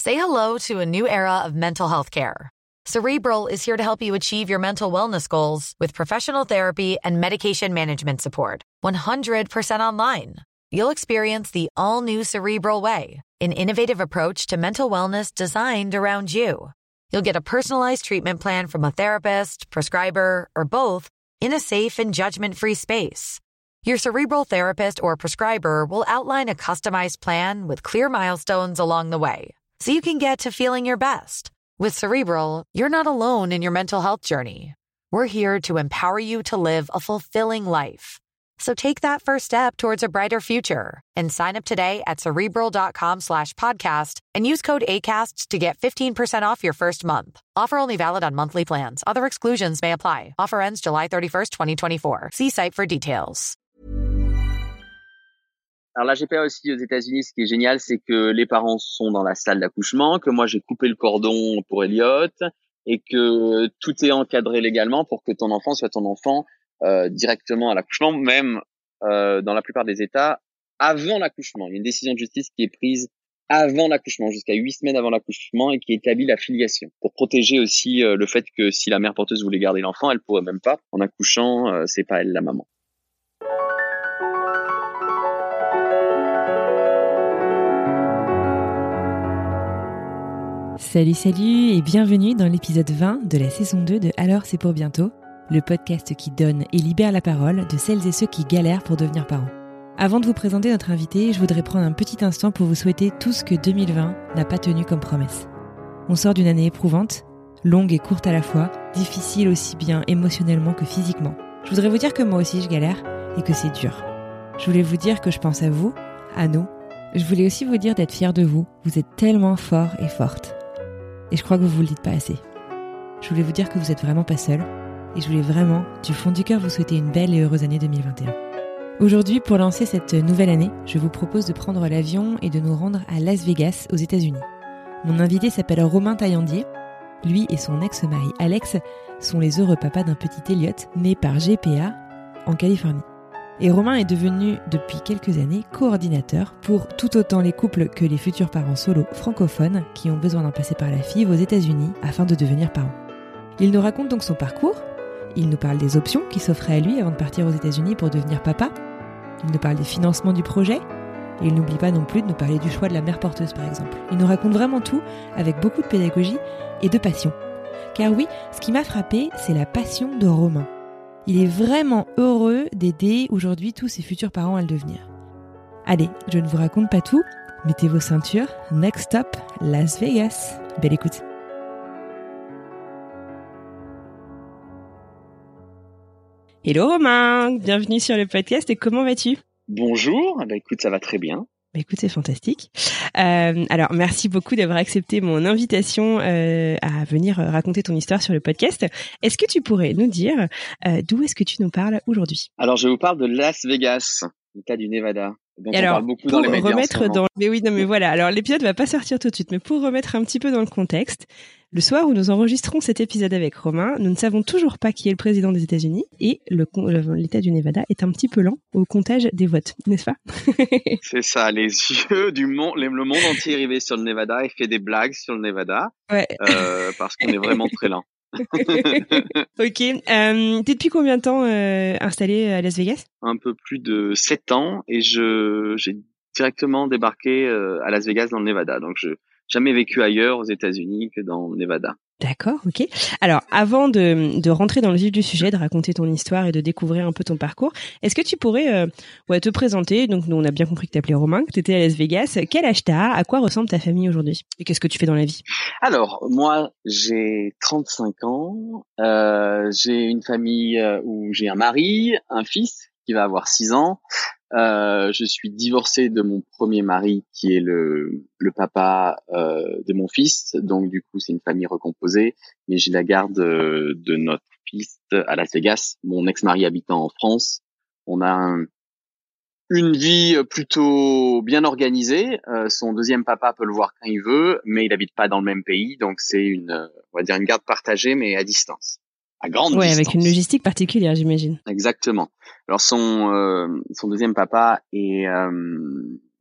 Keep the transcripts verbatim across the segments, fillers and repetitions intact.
Say hello to a new era of mental health care. Cerebral is here to help you achieve your mental wellness goals with professional therapy and medication management support. one hundred percent online. You'll experience the all-new Cerebral Way, an innovative approach to mental wellness designed around you. You'll get a personalized treatment plan from a therapist, prescriber, or both in a safe and judgment-free space. Your Cerebral therapist or prescriber will outline a customized plan with clear milestones along the way, so you can get to feeling your best. With Cerebral, you're not alone in your mental health journey. We're here to empower you to live a fulfilling life. So take that first step towards a brighter future and sign up today at Cerebral.com slash podcast and use code ACAST to get fifteen percent off your first month. Offer only valid on monthly plans. Other exclusions may apply. Offer ends July thirty-first, twenty twenty-four. See site for details. Alors la G P A aussi aux États-Unis, ce qui est génial, c'est que les parents sont dans la salle d'accouchement, que moi j'ai coupé le cordon pour Elliot et que tout est encadré légalement pour que ton enfant soit ton enfant euh, directement à l'accouchement, même euh, dans la plupart des États avant l'accouchement. Il y a une décision de justice qui est prise avant l'accouchement, jusqu'à huit semaines avant l'accouchement, et qui établit la filiation pour protéger aussi euh, le fait que si la mère porteuse voulait garder l'enfant, elle pourrait même pas. En accouchant, euh, c'est pas elle la maman. Salut, salut et bienvenue dans l'épisode vingt de la saison deux de Alors c'est pour bientôt, le podcast qui donne et libère la parole de celles et ceux qui galèrent pour devenir parents. Avant de vous présenter notre invité, je voudrais prendre un petit instant pour vous souhaiter tout ce que deux mille vingt n'a pas tenu comme promesse. On sort d'une année éprouvante, longue et courte à la fois, difficile aussi bien émotionnellement que physiquement. Je voudrais vous dire que moi aussi je galère et que c'est dur. Je voulais vous dire que je pense à vous, à nous. Je voulais aussi vous dire d'être fière de vous. Vous êtes tellement forts et fortes. Et je crois que vous vous le dites pas assez. Je voulais vous dire que vous êtes vraiment pas seul. Et je voulais vraiment, du fond du cœur, vous souhaiter une belle et heureuse année deux mille vingt et un. Aujourd'hui, pour lancer cette nouvelle année, je vous propose de prendre l'avion et de nous rendre à Las Vegas, aux États-Unis. Mon invité s'appelle Romain Taillandier. Lui et son ex-mari Alex sont les heureux papas d'un petit Elliot né par G P A en Californie. Et Romain est devenu, depuis quelques années, coordinateur pour tout autant les couples que les futurs parents solo francophones qui ont besoin d'en passer par la F I V aux États-Unis afin de devenir parents. Il nous raconte donc son parcours, il nous parle des options qui s'offraient à lui avant de partir aux États-Unis pour devenir papa, il nous parle des financements du projet, et il n'oublie pas non plus de nous parler du choix de la mère porteuse par exemple. Il nous raconte vraiment tout avec beaucoup de pédagogie et de passion. Car oui, ce qui m'a frappé, c'est la passion de Romain. Il est vraiment heureux d'aider aujourd'hui tous ses futurs parents à le devenir. Allez, je ne vous raconte pas tout. Mettez vos ceintures. Next stop, Las Vegas. Belle écoute. Hello Romain, bienvenue sur le podcast et comment vas-tu ? Bonjour, bah écoute, ça va très bien. Bah écoute, c'est fantastique. Euh, alors, merci beaucoup d'avoir accepté mon invitation euh, à venir raconter ton histoire sur le podcast. Est-ce que tu pourrais nous dire euh, d'où est-ce que tu nous parles aujourd'hui ? Alors, je vous parle de Las Vegas, l'État du Nevada. Donc, alors, on parle beaucoup pour dans les médias remettre en ce moment. dans, mais oui, non, mais voilà. Alors, l'épisode va pas sortir tout de suite, mais pour remettre un petit peu dans le contexte, le soir où nous enregistrons cet épisode avec Romain, nous ne savons toujours pas qui est le président des États-Unis et le, l'État du Nevada est un petit peu lent au comptage des votes, n'est-ce pas ? C'est ça, les yeux du monde, le monde entier est arrivé sur le Nevada et fait des blagues sur le Nevada, ouais. euh, parce qu'on est vraiment très lent. Ok. Euh, t'es depuis combien de temps euh, installé à Las Vegas ? Un peu plus de sept ans et je j'ai directement débarqué euh, à Las Vegas dans le Nevada. Donc, je jamais vécu ailleurs aux États-Unis que dans le Nevada. D'accord, ok. Alors, avant de, de rentrer dans le vif du sujet, de raconter ton histoire et de découvrir un peu ton parcours, est-ce que tu pourrais euh, ouais, te présenter ? Donc, nous, on a bien compris que tu t'appelais Romain, que tu étais à Las Vegas. Quel âge t'as ? À quoi ressemble ta famille aujourd'hui ? Et qu'est-ce que tu fais dans la vie ? Alors, moi, j'ai trente-cinq ans. Euh, j'ai une famille où j'ai un mari, un fils qui va avoir six ans. Euh, je suis divorcé de mon premier mari qui est le, le papa euh, de mon fils. Donc, du coup, c'est une famille recomposée. Mais j'ai la garde de, de notre fils à Las Vegas. Mon ex-mari habitant en France. On a un, une vie plutôt bien organisée. Euh, son deuxième papa peut le voir quand il veut, mais il habite pas dans le même pays. Donc, c'est une, on va dire une garde partagée, mais à distance. À grande ouais, distance. Avec une logistique particulière, j'imagine. Exactement. Alors son euh, son deuxième papa est euh,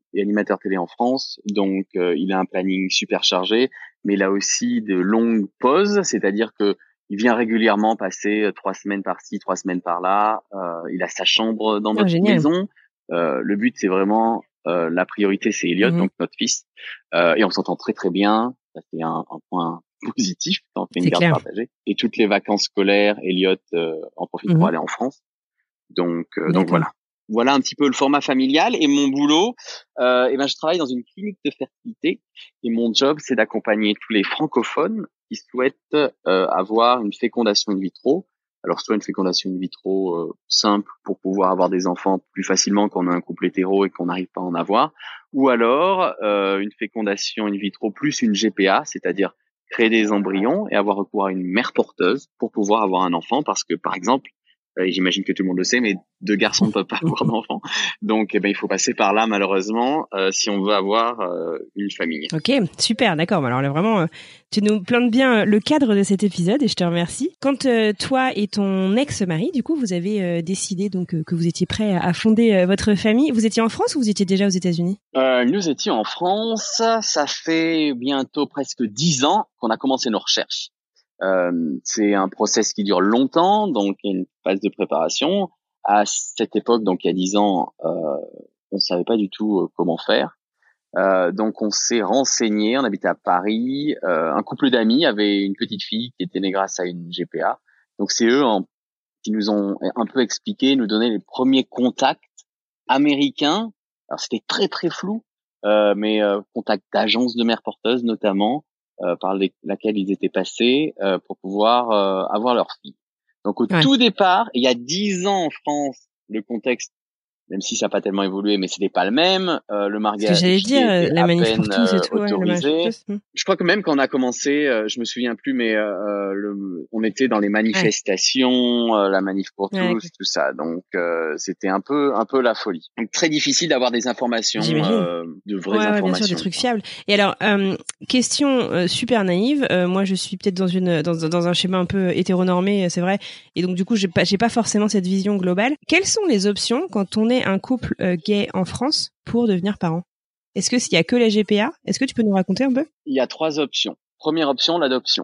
est animateur télé en France, donc euh, il a un planning super chargé, mais il a aussi de longues pauses, c'est-à-dire que il vient régulièrement passer trois semaines par-ci, trois semaines par-là. Euh, il a sa chambre dans Oh, notre génial. maison. Euh, le but, c'est vraiment euh, la priorité, c'est Elliot, Mhm. donc notre fils, euh, et on s'entend très très bien. Ça c'est un, un point positif quand on fait une C'est garde clair. partagée. Et toutes les vacances scolaires, Elliot euh, en profite Mhm. pour aller en France. Donc, euh, donc D'accord. voilà. Voilà un petit peu le format familial et mon boulot. Euh, et ben, je travaille dans une clinique de fertilité et mon job, c'est d'accompagner tous les francophones qui souhaitent euh, avoir une fécondation in vitro. Alors, soit une fécondation in vitro euh, simple pour pouvoir avoir des enfants plus facilement quand on a un couple hétéro et qu'on n'arrive pas à en avoir, ou alors euh, une fécondation in vitro plus une G P A, c'est-à-dire créer des embryons et avoir recours à une mère porteuse pour pouvoir avoir un enfant, parce que par exemple, et j'imagine que tout le monde le sait, mais deux garçons ne peuvent pas avoir d'enfants. Donc, eh ben, il faut passer par là, malheureusement, euh, si on veut avoir euh, une famille. Ok, super, d'accord. Alors là, vraiment, euh, tu nous plantes bien euh, le cadre de cet épisode et je te remercie. Quand euh, toi et ton ex-mari, du coup, vous avez euh, décidé donc euh, que vous étiez prêts à, à fonder euh, votre famille, vous étiez en France ou vous étiez déjà aux États-Unis ? euh, Nous étions en France. Ça fait bientôt presque dix ans qu'on a commencé nos recherches. Euh, c'est un process qui dure longtemps, donc il y a une phase de préparation. À cette époque, donc il y a dix ans, euh, on ne savait pas du tout euh, comment faire. Euh, donc on s'est renseigné, on habitait à Paris. Euh, un couple d'amis avait une petite fille qui était née grâce à une G P A. Donc c'est eux en, qui nous ont un peu expliqué, nous donné les premiers contacts américains. Alors c'était très très flou, euh, mais euh, contacts d'agences de mères porteuses notamment, euh, par les, laquelle ils étaient passés euh, pour pouvoir euh, avoir leur fille. Donc au Ouais. tout départ, il y a dix ans en France, le contexte, même si ça n'a pas tellement évolué, mais c'était pas le même. Euh, le mariage Ce que j'allais dire, était la à manif peine pour tous et euh, tout, ouais, le mariage autorisé. pour tous. Hmm. Je crois que même quand on a commencé, euh, je me souviens plus, mais euh, le, on était dans les manifestations, ouais. euh, la manif pour Ouais, tous, tout ça. Donc euh, c'était un peu, un peu la folie. Donc très difficile d'avoir des informations, euh, de vraies ouais, ouais, informations. bien sûr, des trucs fiables. Et alors, euh, question euh, super naïve. Euh, moi, je suis peut-être dans une, dans, dans un schéma un peu hétéronormé, c'est vrai. Et donc du coup, j'ai pas, j'ai pas forcément cette vision globale. Quelles sont les options quand on est un couple euh, gay en France pour devenir parent ? Est-ce que s'il y a que la G P A, est-ce que tu peux nous raconter un peu ? Il y a trois options. Première option, l'adoption.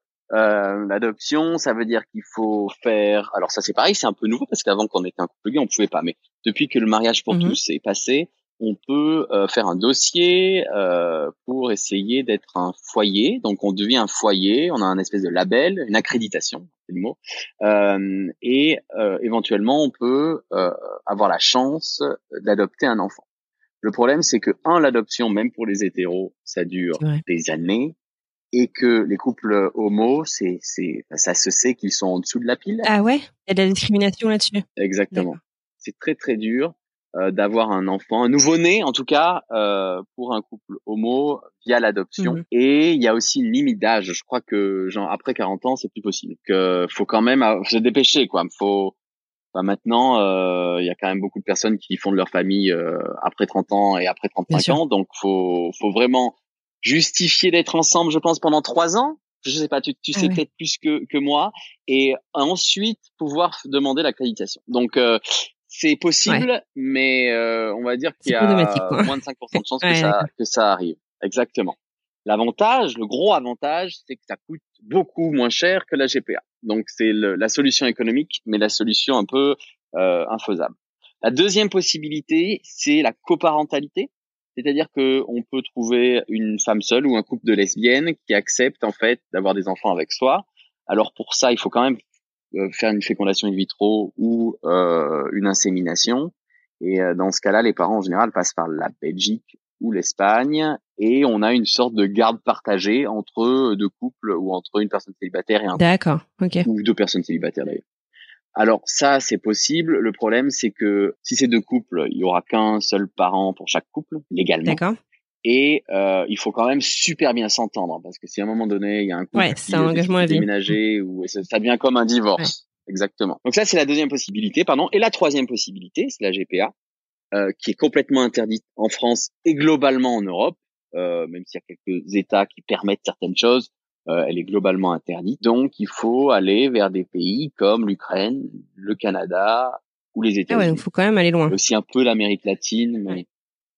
Euh, l'adoption, ça veut dire qu'il faut faire. Alors ça, c'est pareil, c'est un peu nouveau parce qu'avant qu'on était un couple gay, on pouvait pas. Mais depuis que le mariage pour mmh. tous est passé, on peut euh, faire un dossier euh, pour essayer d'être un foyer. Donc on devient un foyer, on a un espèce de label, une accréditation, c'est le mot, euh, et euh, éventuellement on peut euh, avoir la chance d'adopter un enfant. Le problème, c'est que un, l'adoption, même pour les hétéros, ça dure des années. Et que les couples homo, c'est, c'est, ça se sait qu'ils sont en dessous de la pile. Ah ouais? Il y a de la discrimination là-dessus. Exactement. D'accord. C'est très très dur euh, d'avoir un enfant, un nouveau-né en tout cas, euh, pour un couple homo via l'adoption. Mmh. Et il y a aussi une limite d'âge. Je crois que genre après quarante ans, c'est plus possible. Que faut quand même se dépêcher quoi. Faut Bah maintenant, euh, il y a quand même beaucoup de personnes qui fondent leur famille euh, après trente ans et après trente-cinq ans, donc faut faut vraiment justifier d'être ensemble, je pense, pendant trois ans. Je sais pas, tu, tu sais ah ouais. peut-être plus que que moi, et ensuite pouvoir demander l'accréditation. Donc euh, c'est possible, ouais. mais euh, on va dire qu'il y a moins de cinq pour cent de chances ouais, que ça d'accord. que ça arrive. Exactement. L'avantage, le gros avantage, c'est que ça coûte beaucoup moins cher que la G P A. Donc c'est le, la solution économique, mais la solution un peu euh, infaisable. La deuxième possibilité, c'est la coparentalité, c'est-à-dire que on peut trouver une femme seule ou un couple de lesbiennes qui acceptent en fait d'avoir des enfants avec soi. Alors pour ça, il faut quand même euh, faire une fécondation in vitro ou euh, une insémination. Et euh, dans ce cas-là, les parents en général passent par la Belgique ou l'Espagne, et on a une sorte de garde partagée entre deux couples ou entre une personne célibataire et un D'accord, ok. ou deux personnes célibataires d'ailleurs. Alors ça, c'est possible. Le problème, c'est que si c'est deux couples, il y aura qu'un seul parent pour chaque couple, légalement. D'accord. Et euh, il faut quand même super bien s'entendre, parce que si à un moment donné, il y a un couple ouais, qui décide de déménager, ou ça, ça devient comme un divorce. Ouais. Exactement. Donc ça, c'est la deuxième possibilité, pardon. Et la troisième possibilité, c'est la G P A. Euh, qui est complètement interdite en France et globalement en Europe, euh, même s'il y a quelques États qui permettent certaines choses, euh, elle est globalement interdite. Donc, il faut aller vers des pays comme l'Ukraine, le Canada ou les États-Unis. Ah ouais, donc il faut quand même aller loin. Aussi un peu l'Amérique latine, mais ouais.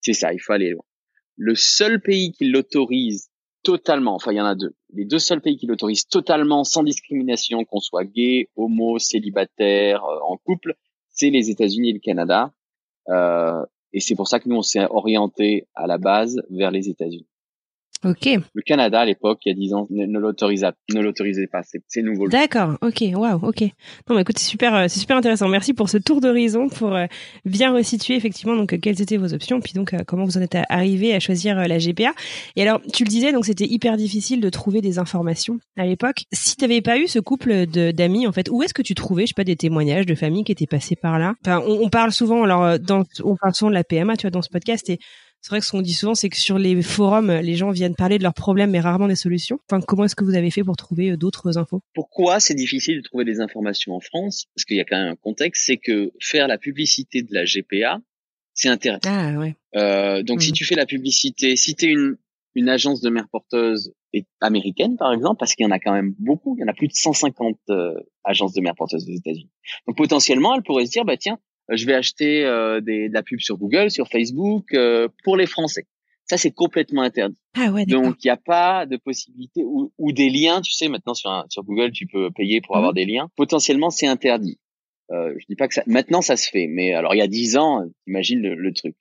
C'est ça, il faut aller loin. Le seul pays qui l'autorise totalement, enfin il y en a deux, les deux seuls pays qui l'autorisent totalement sans discrimination, qu'on soit gay, homo, célibataire, euh, en couple, c'est les États-Unis et le Canada. Euh, et c'est pour ça que nous on s'est orienté à la base vers les États-Unis. Ok. Le Canada, à l'époque, il y a dix ans, ne, ne l'autorisait, ne l'autorisait pas. C'est, c'est nouveau. D'accord. Ok. Waouh. Ok. Non, mais écoute, c'est super, euh, c'est super intéressant. Merci pour ce tour d'horizon, pour euh, bien resituer effectivement donc euh, quelles étaient vos options, puis donc euh, comment vous en êtes arrivé à choisir euh, la G P A. Et alors, tu le disais, donc c'était hyper difficile de trouver des informations à l'époque. Si tu n'avais pas eu ce couple de, d'amis, en fait, où est-ce que tu trouvais, je sais pas, des témoignages de familles qui étaient passées par là? Enfin, on, on parle souvent, alors, euh, dans, on parle souvent de la P M A, tu vois, dans ce podcast, et c'est vrai que ce qu'on dit souvent, c'est que sur les forums, les gens viennent parler de leurs problèmes, mais rarement des solutions. Enfin, comment est-ce que vous avez fait pour trouver d'autres infos? Pourquoi c'est difficile de trouver des informations en France? Parce qu'il y a quand même un contexte, c'est que faire la publicité de la G P A, c'est interdit. Ah ouais. Euh, donc mmh. si tu fais la publicité, si tu es une, une agence de mères porteuses américaine, par exemple, parce qu'il y en a quand même beaucoup, il y en a plus de cent cinquante euh, agences de mères porteuses aux États-Unis. Donc potentiellement, elle pourrait se dire, bah tiens, je vais acheter euh, des, de la pub sur Google, sur Facebook, euh, pour les Français. Ça, c'est complètement interdit. Ah ouais, d'accord. Donc, il n'y a pas de possibilité ou, ou des liens. Tu sais, maintenant sur un, sur Google, tu peux payer pour mmh. avoir des liens. Potentiellement, c'est interdit. Euh, je dis pas que ça. Maintenant, ça se fait. Mais alors, il y a dix ans, imagine le, le truc.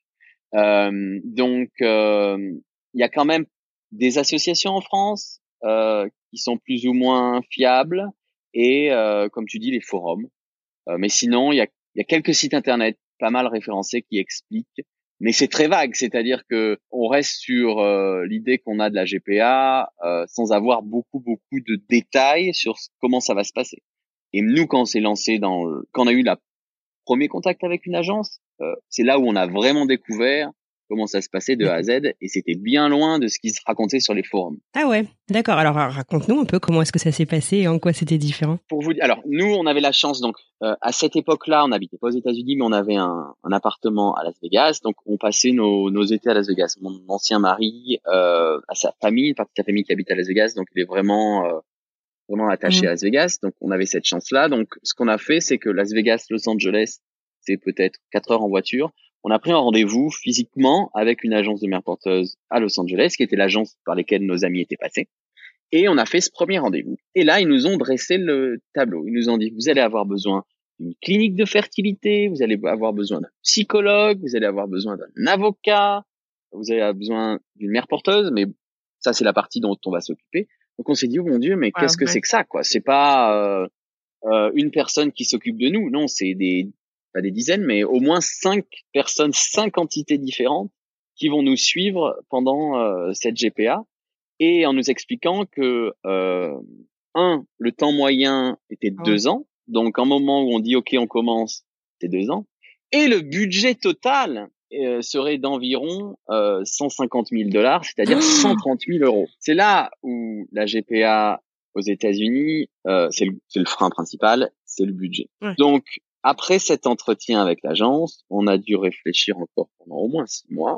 Euh, donc, euh, il y a quand même des associations en France euh, qui sont plus ou moins fiables et, euh, comme tu dis, les forums. Euh, mais sinon, il y a Il y a quelques sites internet pas mal référencés qui expliquent, mais c'est très vague, c'est-à-dire que on reste sur euh, l'idée qu'on a de la G P A euh, sans avoir beaucoup beaucoup de détails sur comment ça va se passer. Et nous, quand on s'est lancé dans, le, quand on a eu le premier contact avec une agence, euh, c'est là où on a vraiment découvert comment ça se passait de A à Z, et c'était bien loin de ce qui se racontait sur les forums. Ah ouais, d'accord. Alors raconte-nous un peu comment est-ce que ça s'est passé et en quoi c'était différent. Pour vous dire, alors nous, on avait la chance, donc euh, à cette époque-là, on n'habitait pas aux États-Unis, mais on avait un, un appartement à Las Vegas, donc on passait nos, nos étés à Las Vegas. Mon ancien mari euh, a sa famille, une partie de sa famille qui habite à Las Vegas, donc il est vraiment euh, vraiment attaché mmh. à Las Vegas. Donc on avait cette chance-là. Donc ce qu'on a fait, c'est que Las Vegas, Los Angeles, c'est peut-être quatre heures en voiture. On a pris un rendez-vous physiquement avec une agence de mères porteuses à Los Angeles, qui était l'agence par laquelle nos amis étaient passés. Et on a fait ce premier rendez-vous. Et là, ils nous ont dressé le tableau. Ils nous ont dit, vous allez avoir besoin d'une clinique de fertilité, vous allez avoir besoin d'un psychologue, vous allez avoir besoin d'un avocat, vous allez avoir besoin d'une mère porteuse, mais ça, c'est la partie dont on va s'occuper. Donc on s'est dit, oh mon Dieu, mais ouais, qu'est-ce que ouais. c'est que ça, quoi? C'est pas euh, euh, une personne qui s'occupe de nous. Non, c'est des pas des dizaines, mais au moins cinq personnes, cinq entités différentes qui vont nous suivre pendant euh, cette G P A, et en nous expliquant que euh, un, le temps moyen était de deux ans, donc un moment où on dit ok, on commence, c'est deux ans, et le budget total euh, serait d'environ euh, cent cinquante mille dollars, c'est-à-dire cent trente mille euros. C'est là où la G P A aux États-Unis, euh, c'est, le, c'est le frein principal, c'est le budget. Ouais. Donc après cet entretien avec l'agence, on a dû réfléchir encore pendant au moins six mois.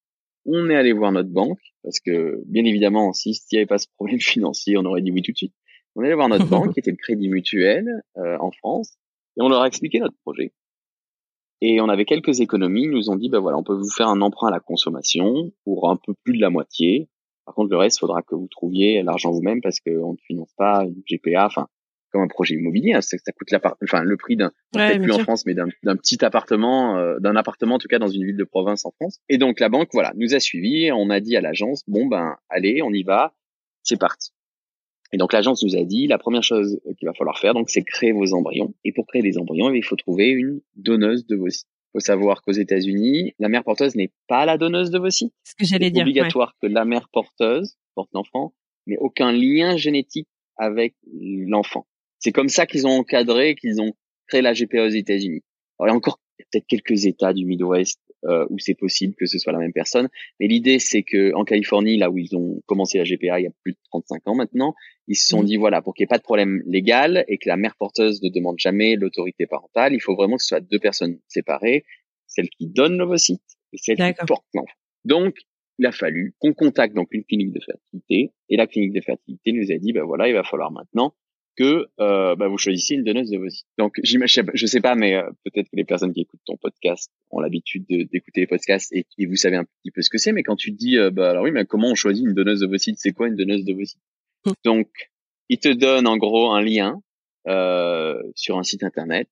On est allé voir notre banque, parce que, bien évidemment, si s'il n'y avait pas ce problème financier, on aurait dit oui tout de suite. On est allé voir notre banque, qui était le Crédit Mutuel euh, en France, et on leur a expliqué notre projet. Et on avait quelques économies, ils nous ont dit, ben voilà, on peut vous faire un emprunt à la consommation pour un peu plus de la moitié. Par contre, le reste, il faudra que vous trouviez l'argent vous-même, parce qu'on ne finance pas une G P A, enfin, comme un projet immobilier, hein, c'est que ça coûte la, enfin, le prix d'un, ouais, peut-être plus sûr. En France, mais d'un, d'un petit appartement, euh, d'un appartement en tout cas dans une ville de province en France. Et donc la banque, voilà, nous a suivis. On a dit à l'agence, bon ben, allez, on y va, c'est parti. Et donc l'agence nous a dit, la première chose qu'il va falloir faire, donc, c'est créer vos embryons. Et pour créer des embryons, il faut trouver une donneuse d'ovocytes. Il faut savoir qu'aux États-Unis, la mère porteuse n'est pas la donneuse d'ovocytes. Ce que j'allais c'est dire. Obligatoire ouais. que la mère porteuse porte l'enfant, mais aucun lien génétique avec l'enfant. C'est comme ça qu'ils ont encadré, qu'ils ont créé la G P A aux États-Unis. Alors, il y a encore il y a peut-être quelques États du Midwest euh, où c'est possible que ce soit la même personne, mais l'idée, c'est que en Californie, là où ils ont commencé la G P A il y a plus de trente-cinq ans maintenant, ils se sont mmh. dit, voilà, pour qu'il n'y ait pas de problème légal et que la mère porteuse ne demande jamais l'autorité parentale, il faut vraiment que ce soit deux personnes séparées, celle qui donne l'ovocyte et celle D'accord. qui porte l'enfant. Donc, il a fallu qu'on contacte donc une clinique de fertilité, et la clinique de fertilité nous a dit, ben voilà, il va falloir maintenant que euh, bah, vous choisissez une donneuse d'ovocytes. Donc, j'imagine, je sais pas, mais euh, peut-être que les personnes qui écoutent ton podcast ont l'habitude de, d'écouter les podcasts et, et vous savez un petit peu ce que c'est. Mais quand tu te dis, euh, bah alors oui, mais comment on choisit une donneuse d'ovocytes? C'est quoi une donneuse d'ovocytes? Mmh. Donc, il te donne en gros un lien euh, sur un site internet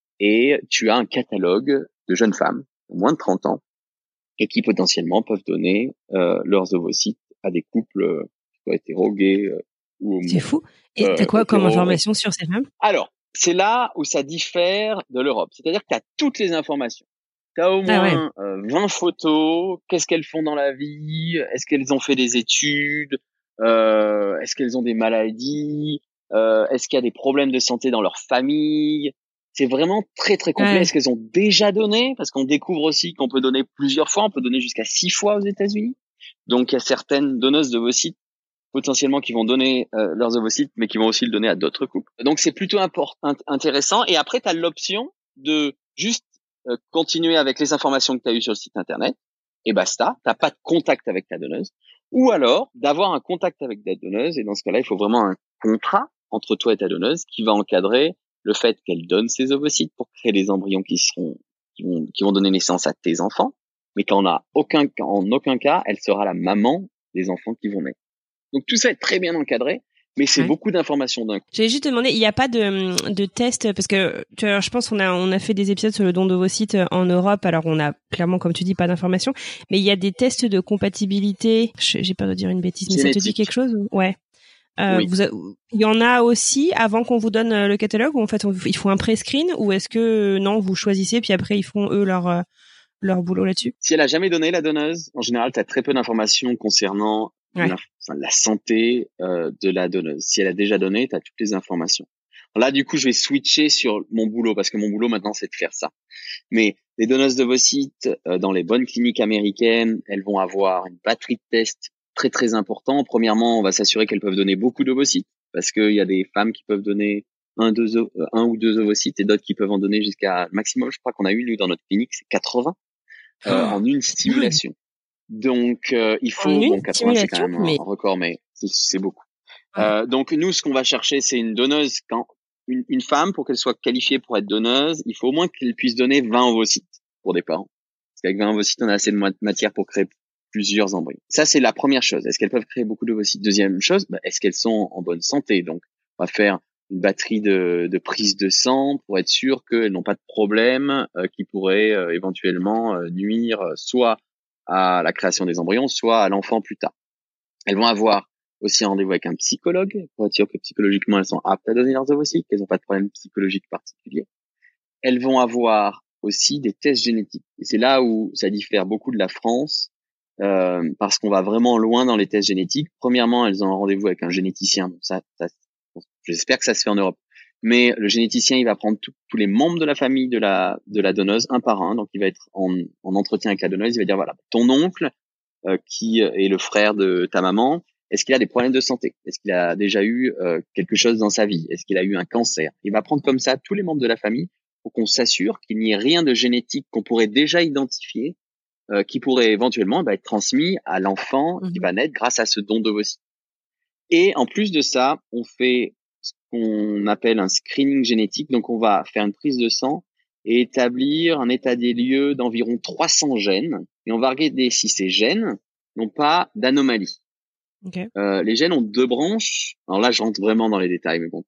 et tu as un catalogue de jeunes femmes de moins de trente ans et qui potentiellement peuvent donner euh, leurs ovocytes à des couples euh, hétéro, gays euh, ou homo. C'est fou. Et t'as quoi euh, comme information sur ces femmes? Alors, c'est là où ça diffère de l'Europe. C'est-à-dire que tu as toutes les informations. Tu as au moins ah ouais. euh, vingt photos. Qu'est-ce qu'elles font dans la vie? Est-ce qu'elles ont fait des études? euh, Est-ce qu'elles ont des maladies? euh, Est-ce qu'il y a des problèmes de santé dans leur famille? C'est vraiment très, très complet. Ouais. Est-ce qu'elles ont déjà donné? Parce qu'on découvre aussi qu'on peut donner plusieurs fois. On peut donner jusqu'à six fois aux États-Unis. Donc, il y a certaines donneuses d'ovocytes potentiellement qui vont donner euh, leurs ovocytes, mais qui vont aussi le donner à d'autres couples. Donc, c'est plutôt important, intéressant. Et après, tu as l'option de juste euh, continuer avec les informations que tu as eues sur le site Internet, et basta. Tu n'as pas de contact avec ta donneuse. Ou alors, d'avoir un contact avec ta donneuse. Et dans ce cas-là, il faut vraiment un contrat entre toi et ta donneuse qui va encadrer le fait qu'elle donne ses ovocytes pour créer les embryons qui seront, qui vont, qui vont donner naissance à tes enfants, mais qu'en a aucun, en aucun cas, elle sera la maman des enfants qui vont naître. Donc tout ça est très bien encadré, mais c'est ouais. beaucoup d'informations d'un coup. J'allais juste te demander, il n'y a pas de, de test, parce que tu vois, je pense qu'on a, on a fait des épisodes sur le don d'ovocytes en Europe, alors on a clairement, comme tu dis, pas d'informations, mais il y a des tests de compatibilité, j'ai peur de dire une bêtise, mais génétique. Ça te dit quelque chose? Ouais. Euh, oui. vous a, il y en a aussi avant qu'on vous donne le catalogue, ou en fait on, ils font un pré-screen, ou est-ce que non, vous choisissez puis après ils font eux leur leur boulot là-dessus? Si elle a jamais donné, la donneuse, en général, tu as très peu d'informations concernant ouais. la, enfin, la santé euh, de la donneuse. Si elle a déjà donné, tu as toutes les informations. Là, du coup, je vais switcher sur mon boulot parce que mon boulot maintenant, c'est de faire ça. Mais les donneuses d'ovocytes euh, dans les bonnes cliniques américaines, elles vont avoir une batterie de tests très très important. Premièrement, on va s'assurer qu'elles peuvent donner beaucoup d'ovocytes parce qu'il y a des femmes qui peuvent donner un, deux, un ou deux ovocytes et d'autres qui peuvent en donner jusqu'à maximum. Je crois qu'on a eu nous dans notre clinique, c'est quatre-vingts euh, oh, en une stimulation. Donc euh, il faut bon quatre-vingts c'est quand même mais... un record, mais c'est beaucoup. Ouais. Euh, donc nous, ce qu'on va chercher, c'est une donneuse. Quand une, une femme, pour qu'elle soit qualifiée pour être donneuse, il faut au moins qu'elle puisse donner vingt ovocytes pour des parents. Parce qu'avec vingt ovocytes, on a assez de matière pour créer plusieurs embryons. Ça, c'est la première chose. Est-ce qu'elles peuvent créer beaucoup d'ovocytes? Deuxième chose, bah, est-ce qu'elles sont en bonne santé? Donc, on va faire une batterie de, de prise de sang pour être sûr qu'elles n'ont pas de problème euh, qui pourrait euh, éventuellement euh, nuire euh, soit à la création des embryons, soit à l'enfant plus tard. Elles vont avoir aussi un rendez-vous avec un psychologue pour être sûr que psychologiquement elles sont aptes à donner leurs ovocytes, qu'elles n'ont pas de problème psychologique particulier. Elles vont avoir aussi des tests génétiques. Et c'est là où ça diffère beaucoup de la France. Euh, parce qu'on va vraiment loin dans les tests génétiques. Premièrement, elles ont un rendez-vous avec un généticien. Donc ça, ça j'espère que ça se fait en Europe. Mais le généticien, il va prendre tout, tous les membres de la famille de la de la donneuse un par un. Donc il va être en, en entretien avec la donneuse. Il va dire voilà, ton oncle euh, qui est le frère de ta maman, est-ce qu'il a des problèmes de santé? Est-ce qu'il a déjà eu euh, quelque chose dans sa vie? Est-ce qu'il a eu un cancer? Il va prendre comme ça tous les membres de la famille pour qu'on s'assure qu'il n'y ait rien de génétique qu'on pourrait déjà identifier Euh, qui pourrait éventuellement bah, être transmis à l'enfant mmh. qui va naître grâce à ce don d'ovocytes. Et en plus de ça, on fait ce qu'on appelle un screening génétique. Donc, on va faire une prise de sang et établir un état des lieux d'environ trois cents gènes. Et on va regarder si ces gènes n'ont pas d'anomalie. Okay. Euh, les gènes ont deux branches. Alors là, je rentre vraiment dans les détails, mais bon.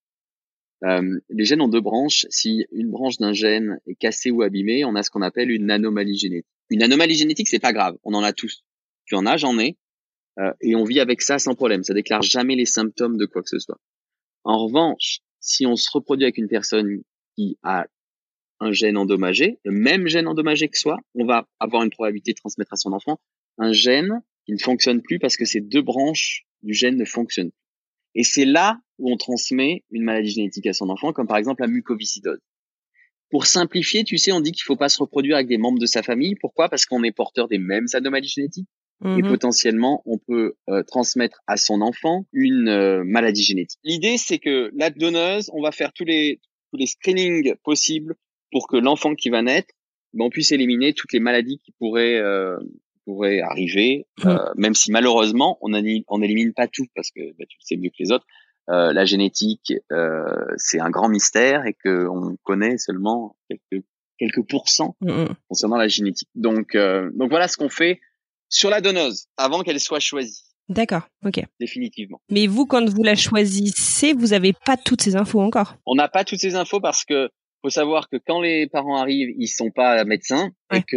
Euh, les gènes ont deux branches. Si une branche d'un gène est cassée ou abîmée, on a ce qu'on appelle une anomalie génétique. Une anomalie génétique, c'est pas grave. On en a tous. Tu en as, j'en ai. Euh, et on vit avec ça sans problème. Ça déclare jamais les symptômes de quoi que ce soit. En revanche, si on se reproduit avec une personne qui a un gène endommagé, le même gène endommagé que soi, on va avoir une probabilité de transmettre à son enfant un gène qui ne fonctionne plus parce que ces deux branches du gène ne fonctionnent plus. Et c'est là où on transmet une maladie génétique à son enfant, comme par exemple la mucoviscidose. Pour simplifier, tu sais, on dit qu'il faut pas se reproduire avec des membres de sa famille. Pourquoi? Parce qu'on est porteur des mêmes anomalies génétiques. Mmh. Et potentiellement, on peut euh, transmettre à son enfant une euh, maladie génétique. L'idée, c'est que la donneuse, on va faire tous les tous les screenings possibles pour que l'enfant qui va naître, ben, on puisse éliminer toutes les maladies qui pourraient euh, pourraient arriver, mmh. euh, même si malheureusement, on n'élimine on élimine pas tout, parce que ben, tu le sais mieux que les autres. euh, la génétique, euh, c'est un grand mystère et que on connaît seulement quelques quelques pourcents mmh. concernant la génétique. Donc, euh, donc voilà ce qu'on fait sur la donneuse avant qu'elle soit choisie. D'accord, ok. Définitivement. Mais vous, quand vous la choisissez, vous avez pas toutes ces infos encore? On n'a pas toutes ces infos parce que faut savoir que quand les parents arrivent, ils sont pas médecins ouais. et que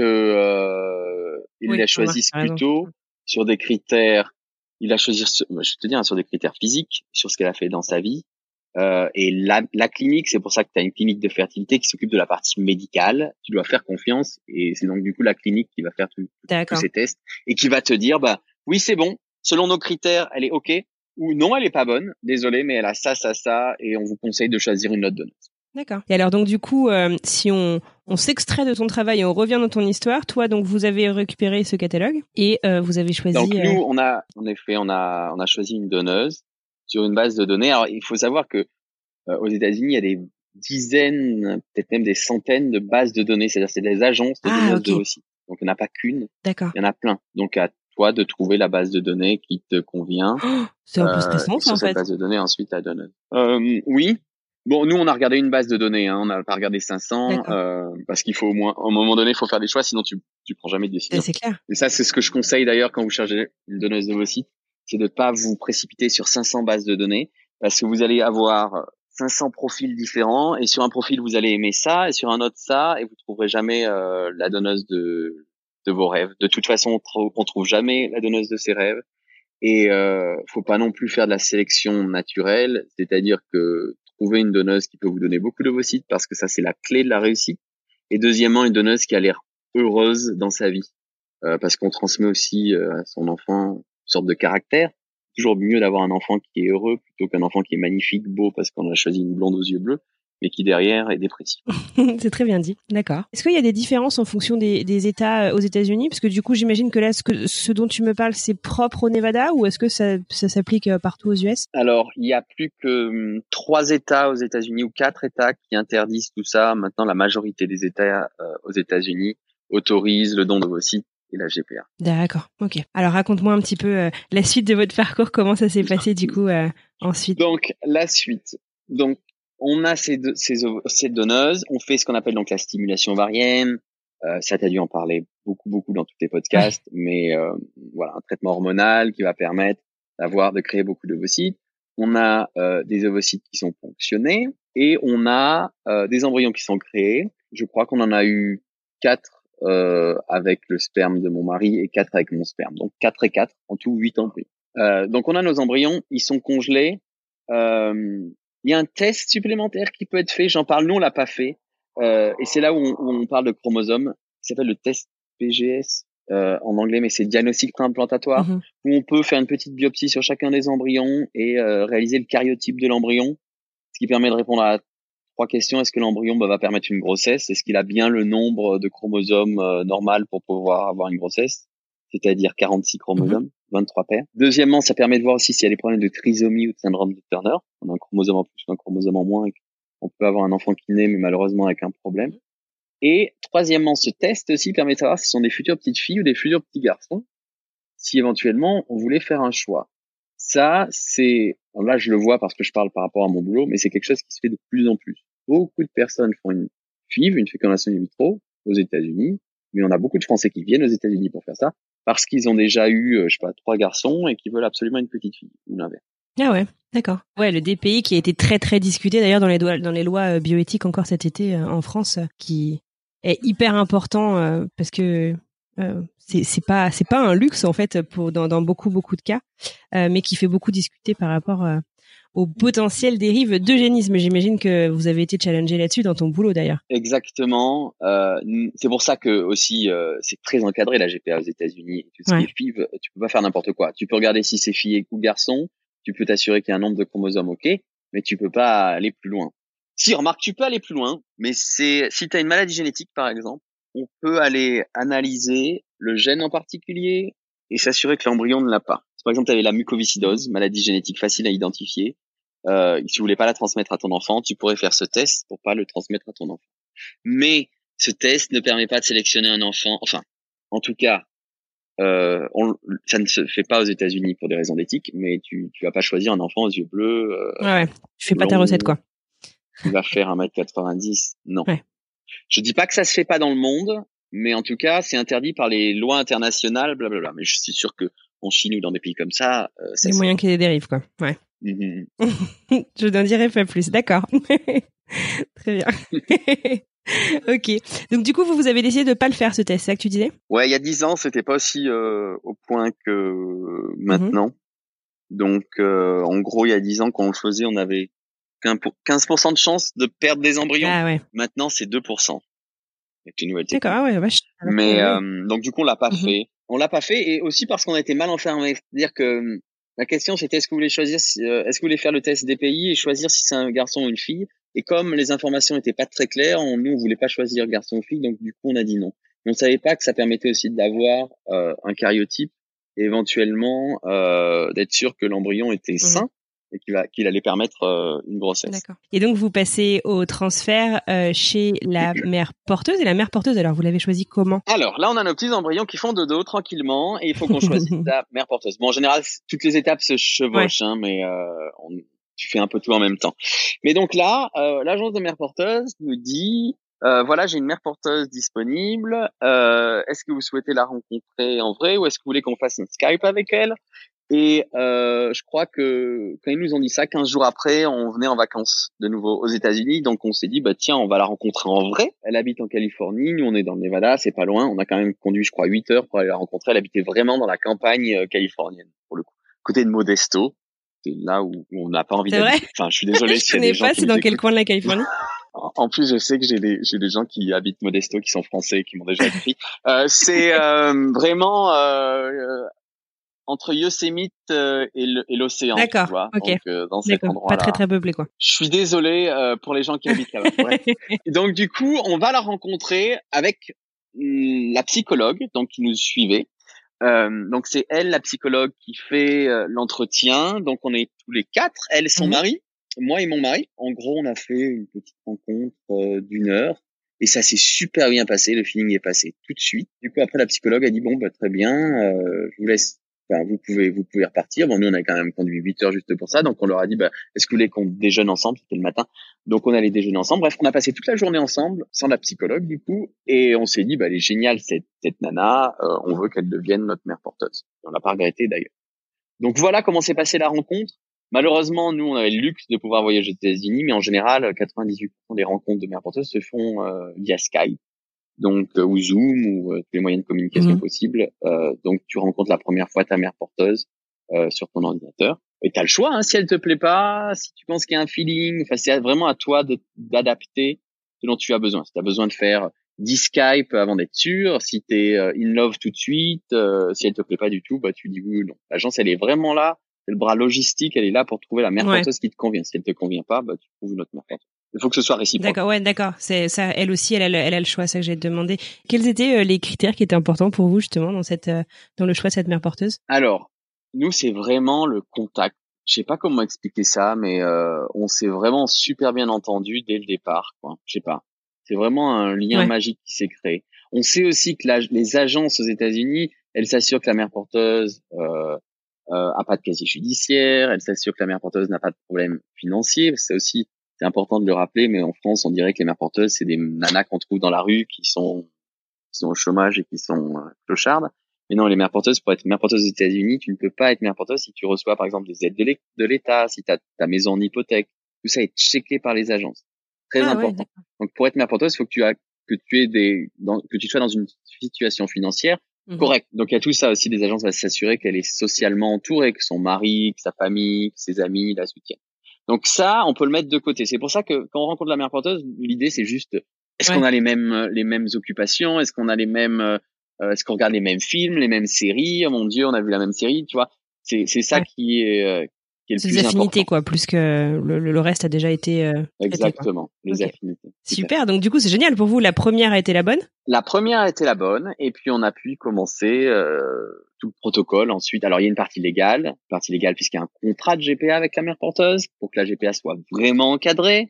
euh, ils oui, la choisissent plutôt sur des critères. Ils la choisissent, je vais te dire, sur des critères physiques, sur ce qu'elle a fait dans sa vie. Euh, et la, la clinique, c'est pour ça que tu as une clinique de fertilité qui s'occupe de la partie médicale. Tu dois faire confiance et c'est donc du coup la clinique qui va faire tout, tous ces tests et qui va te dire, bah oui, c'est bon. Selon nos critères, elle est ok. Ou non, elle est pas bonne. Désolé, mais elle a ça, ça, ça, et on vous conseille de choisir une autre donneuse. D'accord. Et alors donc du coup, euh, si on, on s'extrait de ton travail et on revient dans ton histoire, toi donc vous avez récupéré ce catalogue et euh, vous avez choisi. Donc nous, euh... on a, en effet, on a, on a choisi une donneuse sur une base de données. Alors il faut savoir que euh, aux États-Unis, il y a des dizaines, peut-être même des centaines de bases de données. C'est-à-dire c'est des agences de ah, donneuses okay. de ovocytes. Donc il n'y en a pas qu'une. D'accord. Il y en a plein. Donc à toi de trouver la base de données qui te convient. Oh, c'est un peu stressant, euh, ça, sur en cette fait. base de données, ensuite la donneuse. Euh, oui. Bon, nous, on a regardé une base de données, hein. On n'a pas regardé cinq cents, euh, parce qu'il faut au moins, à un moment donné, il faut faire des choix, sinon tu, tu prends jamais de décision. Et c'est clair. Et ça, c'est ce que je conseille d'ailleurs quand vous cherchez une donneuse d'ovocytes, c'est de pas vous précipiter sur cinq cents bases de données, parce que vous allez avoir cinq cents profils différents, et sur un profil, vous allez aimer ça, et sur un autre ça, et vous trouverez jamais euh, la donneuse de, de vos rêves. De toute façon, on trouve jamais la donneuse de ses rêves. Et euh, faut pas non plus faire de la sélection naturelle, c'est-à-dire que trouver une donneuse qui peut vous donner beaucoup d'ovocytes parce que ça c'est la clé de la réussite. Et deuxièmement, une donneuse qui a l'air heureuse dans sa vie, euh, parce qu'on transmet aussi euh, à son enfant une sorte de caractère. Toujours mieux d'avoir un enfant qui est heureux plutôt qu'un enfant qui est magnifique, beau parce qu'on a choisi une blonde aux yeux bleus, mais qui derrière est dépressif. C'est très bien dit, d'accord. Est-ce qu'il y a des différences en fonction des, des États aux États-Unis? Parce que du coup, j'imagine que là, ce, que, ce dont tu me parles, c'est propre au Nevada ou est-ce que ça, ça s'applique partout aux U S? Alors, il y a plus que hum, trois États aux États-Unis ou quatre États qui interdisent tout ça. Maintenant, la majorité des États euh, aux États-Unis autorisent le don d'ovocytes et la G P A. D'accord, ok. Alors, raconte-moi un petit peu euh, la suite de votre parcours, comment ça s'est passé du coup euh, ensuite? Donc, la suite. Donc, on a ces, deux, ces, ces donneuses, on fait ce qu'on appelle donc la stimulation ovarienne. Euh, ça, t'as dû en parler beaucoup, beaucoup dans tous tes podcasts, ouais. mais euh, voilà, un traitement hormonal qui va permettre d'avoir, de créer beaucoup d'ovocytes. On a euh, des ovocytes qui sont ponctionnés et on a euh, des embryons qui sont créés. Je crois qu'on en a eu quatre euh, avec le sperme de mon mari et quatre avec mon sperme. Donc quatre et quatre, en tout huit embryons. Euh, donc on a nos embryons, ils sont congelés. Euh, Il y a un test supplémentaire qui peut être fait. J'en parle, nous on l'a pas fait. Euh, et c'est là où on, où on parle de chromosomes. Ça s'appelle le test P G S euh, en anglais, mais c'est diagnostic préimplantatoire, mmh. où on peut faire une petite biopsie sur chacun des embryons et euh, réaliser le karyotype de l'embryon, ce qui permet de répondre à trois questions. Est-ce que l'embryon bah, va permettre une grossesse? Est-ce qu'il a bien le nombre de chromosomes euh, normal pour pouvoir avoir une grossesse? C'est-à-dire quarante-six chromosomes, mmh. vingt-trois paires. Deuxièmement, ça permet de voir aussi s'il y a des problèmes de trisomie ou de syndrome de Turner. On a un chromosome en plus ou un chromosome en moins. On peut avoir un enfant qui naît, mais malheureusement avec un problème. Et troisièmement, ce test aussi permet de savoir si ce sont des futures petites filles ou des futurs petits garçons, si éventuellement on voulait faire un choix. Ça, c'est, là je le vois parce que je parle par rapport à mon boulot, mais c'est quelque chose qui se fait de plus en plus. Beaucoup de personnes font une F I V, une fécondation in vitro, aux États-Unis, mais on a beaucoup de Français qui viennent aux États-Unis pour faire ça, parce qu'ils ont déjà eu, je sais pas, trois garçons et qui veulent absolument une petite fille, ou l'inverse. Ah ouais, d'accord. Ouais, le D P I qui a été très très discuté d'ailleurs dans les, do- dans les lois bioéthiques encore cet été euh, en France, euh, qui est hyper important euh, parce que euh, c'est, c'est pas c'est pas un luxe en fait pour dans, dans beaucoup beaucoup de cas, euh, mais qui fait beaucoup discuter par rapport euh, aux potentielles dérives d'eugénisme. J'imagine que vous avez été challengé là-dessus dans ton boulot d'ailleurs. Exactement. Euh, c'est pour ça que aussi euh, c'est très encadré la G P A aux États-Unis. Tout ce ouais. qui est F I V, tu peux pas faire n'importe quoi. Tu peux regarder si c'est fille ou garçon. Tu peux t'assurer qu'il y a un nombre de chromosomes, ok, mais tu peux pas aller plus loin. Si, remarque, tu peux aller plus loin, mais c'est si tu as une maladie génétique, par exemple, on peut aller analyser le gène en particulier et s'assurer que l'embryon ne l'a pas. Si, par exemple, tu avais la mucoviscidose, maladie génétique facile à identifier, euh, si tu voulais pas la transmettre à ton enfant, tu pourrais faire ce test pour pas le transmettre à ton enfant. Mais ce test ne permet pas de sélectionner un enfant, enfin, en tout cas, euh, on, ça ne se fait pas aux États-Unis pour des raisons d'éthique, mais tu tu vas pas choisir un enfant aux yeux bleus. Euh, ouais, ouais. Tu fais pas ta recette, quoi. Qui va faire un mètre quatre-vingt-dix. Non. Ouais. Je dis pas que ça se fait pas dans le monde, mais en tout cas, c'est interdit par les lois internationales, blablabla. Mais je suis sûr que en Chine ou dans des pays comme ça, euh, ça. Il y a moyen qu'il y ait des dérives, quoi. Ouais. Mm-hmm. Je n'en dirai pas plus. D'accord. Très bien. Ok. Donc du coup, vous vous avez décidé de pas le faire, ce test, c'est ça que tu disais? Ouais, il y a dix ans, c'était pas aussi euh, au point que maintenant. Mm-hmm. Donc, euh, en gros, il y a dix ans, quand on le faisait, on avait quinze pour cent de chance de perdre des embryons. Ah ouais. Maintenant, c'est deux pour cent. Avec les nouvelles techniques. D'accord, ah ouais, vache. Mais euh, euh, donc du coup, on l'a pas mm-hmm. fait. On l'a pas fait, et aussi parce qu'on a été mal enfermés. C'est-à-dire que la question, c'était est-ce que vous voulez choisir, euh, est-ce que vous voulez faire le test des pays et choisir si c'est un garçon ou une fille. Et comme les informations étaient pas très claires, on, nous, on voulait pas choisir garçon ou fille, donc du coup, on a dit non. Mais on savait pas que ça permettait aussi d'avoir euh, un karyotype et éventuellement euh, d'être sûr que l'embryon était mmh. sain et qu'il, va, qu'il allait permettre euh, une grossesse. D'accord. Et donc, vous passez au transfert euh, chez la mère porteuse. Et la mère porteuse, alors, vous l'avez choisi comment? Alors, là, on a nos petits embryons qui font dodo tranquillement et il faut qu'on choisisse la mère porteuse. Bon, en général, toutes les étapes se chevauchent, ouais. hein, mais euh, on, tu fais un peu tout en même temps. Mais donc là, euh, l'agence de mère porteuse nous dit, euh, voilà, j'ai une mère porteuse disponible. Euh, est-ce que vous souhaitez la rencontrer en vrai ou est-ce que vous voulez qu'on fasse un Skype avec elle? Et euh, je crois que quand ils nous ont dit ça, quinze jours après, on venait en vacances de nouveau aux États-Unis. Donc on s'est dit, bah tiens, on va la rencontrer en vrai. Elle habite en Californie, nous on est dans le Nevada, c'est pas loin. On a quand même conduit, je crois, huit heures pour aller la rencontrer. Elle habitait vraiment dans la campagne euh, californienne, pour le coup, côté de Modesto. C'est là où, où on n'a pas envie c'est d'habiter. Vrai enfin, je suis désolé. je connais pas. C'est dans quel coin de la Californie? En plus, je sais que j'ai des j'ai des gens qui habitent Modesto qui sont français, qui m'ont déjà écrit. euh, c'est euh, vraiment. Euh, entre Yosemite euh, et, le, et l'océan, d'accord, tu vois. Ok. Donc, euh, dans cet D'accord. endroit-là. Pas très très peuplé, quoi. Je suis désolé euh, pour les gens qui habitent là-bas. Ouais. Donc, du coup, on va la rencontrer avec hum, la psychologue, donc qui nous suivait. Euh, donc, c'est elle, la psychologue, qui fait euh, l'entretien. Donc, on est tous les quatre. Elle, son mm-hmm. mari, moi et mon mari. En gros, on a fait une petite rencontre euh, d'une heure. Et ça s'est super bien passé. Le feeling est passé tout de suite. Du coup, après, la psychologue a dit, bon, bah, très bien, euh, je vous laisse. Enfin, vous pouvez, vous pouvez repartir. Bon, nous, on a quand même conduit huit heures juste pour ça. Donc, on leur a dit, bah, est-ce que vous voulez qu'on déjeune ensemble? C'était le matin. Donc, on allait déjeuner ensemble. Bref, on a passé toute la journée ensemble, sans la psychologue, du coup. Et on s'est dit, bah, elle est géniale, cette, cette nana. Euh, on veut qu'elle devienne notre mère porteuse. On l'a pas regretté, d'ailleurs. Donc, voilà comment s'est passée la rencontre. Malheureusement, nous, on avait le luxe de pouvoir voyager aux États-Unis, mais en général, quatre-vingt-dix-huit pour cent des rencontres de mères porteuses se font euh, via Skype. Donc euh, ou Zoom ou euh, tous les moyens de communication mmh. possibles. Euh, donc tu rencontres la première fois ta mère porteuse euh, sur ton ordinateur et t'as le choix. Hein, si elle te plaît pas, si tu penses qu'il y a un feeling, enfin c'est vraiment à toi de, d'adapter ce dont tu as besoin. Si tu as besoin de faire dix Skype avant d'être sûr, si t'es euh, in love tout de suite, euh, si elle te plaît pas du tout, bah tu dis oui ou non. L'agence elle est vraiment là, c'est le bras logistique, elle est là pour trouver la mère ouais. porteuse qui te convient. Si elle te convient pas, bah tu trouves une autre mère porteuse. Il faut que ce soit réciproque. D'accord, ouais, d'accord. C'est ça. Elle aussi, elle a, le, elle a le choix. Ça que j'ai demandé. Quels étaient euh, les critères qui étaient importants pour vous justement dans cette, euh, dans le choix de cette mère porteuse? Alors, nous, c'est vraiment le contact. Je sais pas comment expliquer ça, mais euh, on s'est vraiment super bien entendu dès le départ. Quoi. Je sais pas. C'est vraiment un lien ouais. magique qui s'est créé. On sait aussi que la, les agences aux États-Unis, elles s'assurent que la mère porteuse euh, euh, a pas de casier judiciaire. Elles s'assurent que la mère porteuse n'a pas de problème financier. C'est aussi C'est important de le rappeler, mais en France, on dirait que les mères porteuses, c'est des nanas qu'on trouve dans la rue, qui sont, qui sont au chômage et qui sont euh, clochardes. Mais non, les mères porteuses, pour être mère porteuse aux États-Unis, tu ne peux pas être mère porteuse si tu reçois, par exemple, des aides de l'État, si tu as ta maison en hypothèque. Tout ça est checké par les agences. Très ah, important. Ouais, donc, pour être mère porteuse, il faut que tu as, que tu aies des, dans, que tu sois dans une situation financière mmh. correcte. Donc, il y a tout ça aussi. Les agences vont s'assurer qu'elle est socialement entourée, que son mari, que sa famille, que ses amis la soutiennent. Donc ça, on peut le mettre de côté. C'est pour ça que quand on rencontre la mère porteuse, l'idée c'est juste est-ce ouais. qu'on a les mêmes les mêmes occupations, est-ce qu'on a les mêmes euh, est-ce qu'on regarde les mêmes films, les mêmes séries. Oh mon Dieu, on a vu la même série, tu vois. C'est c'est ça ouais. qui est euh, qui est le c'est plus les affinités important. quoi, plus que le, le reste a déjà été euh, exactement traité, les okay. affinités. Super. Donc du coup, c'est génial pour vous. La première a été la bonne. La première a été la bonne, et puis on a pu commencer euh, tout le protocole ensuite. Alors il y a une partie légale, une partie légale puisqu'il y a un contrat de G P A avec la mère porteuse pour que la G P A soit vraiment encadrée.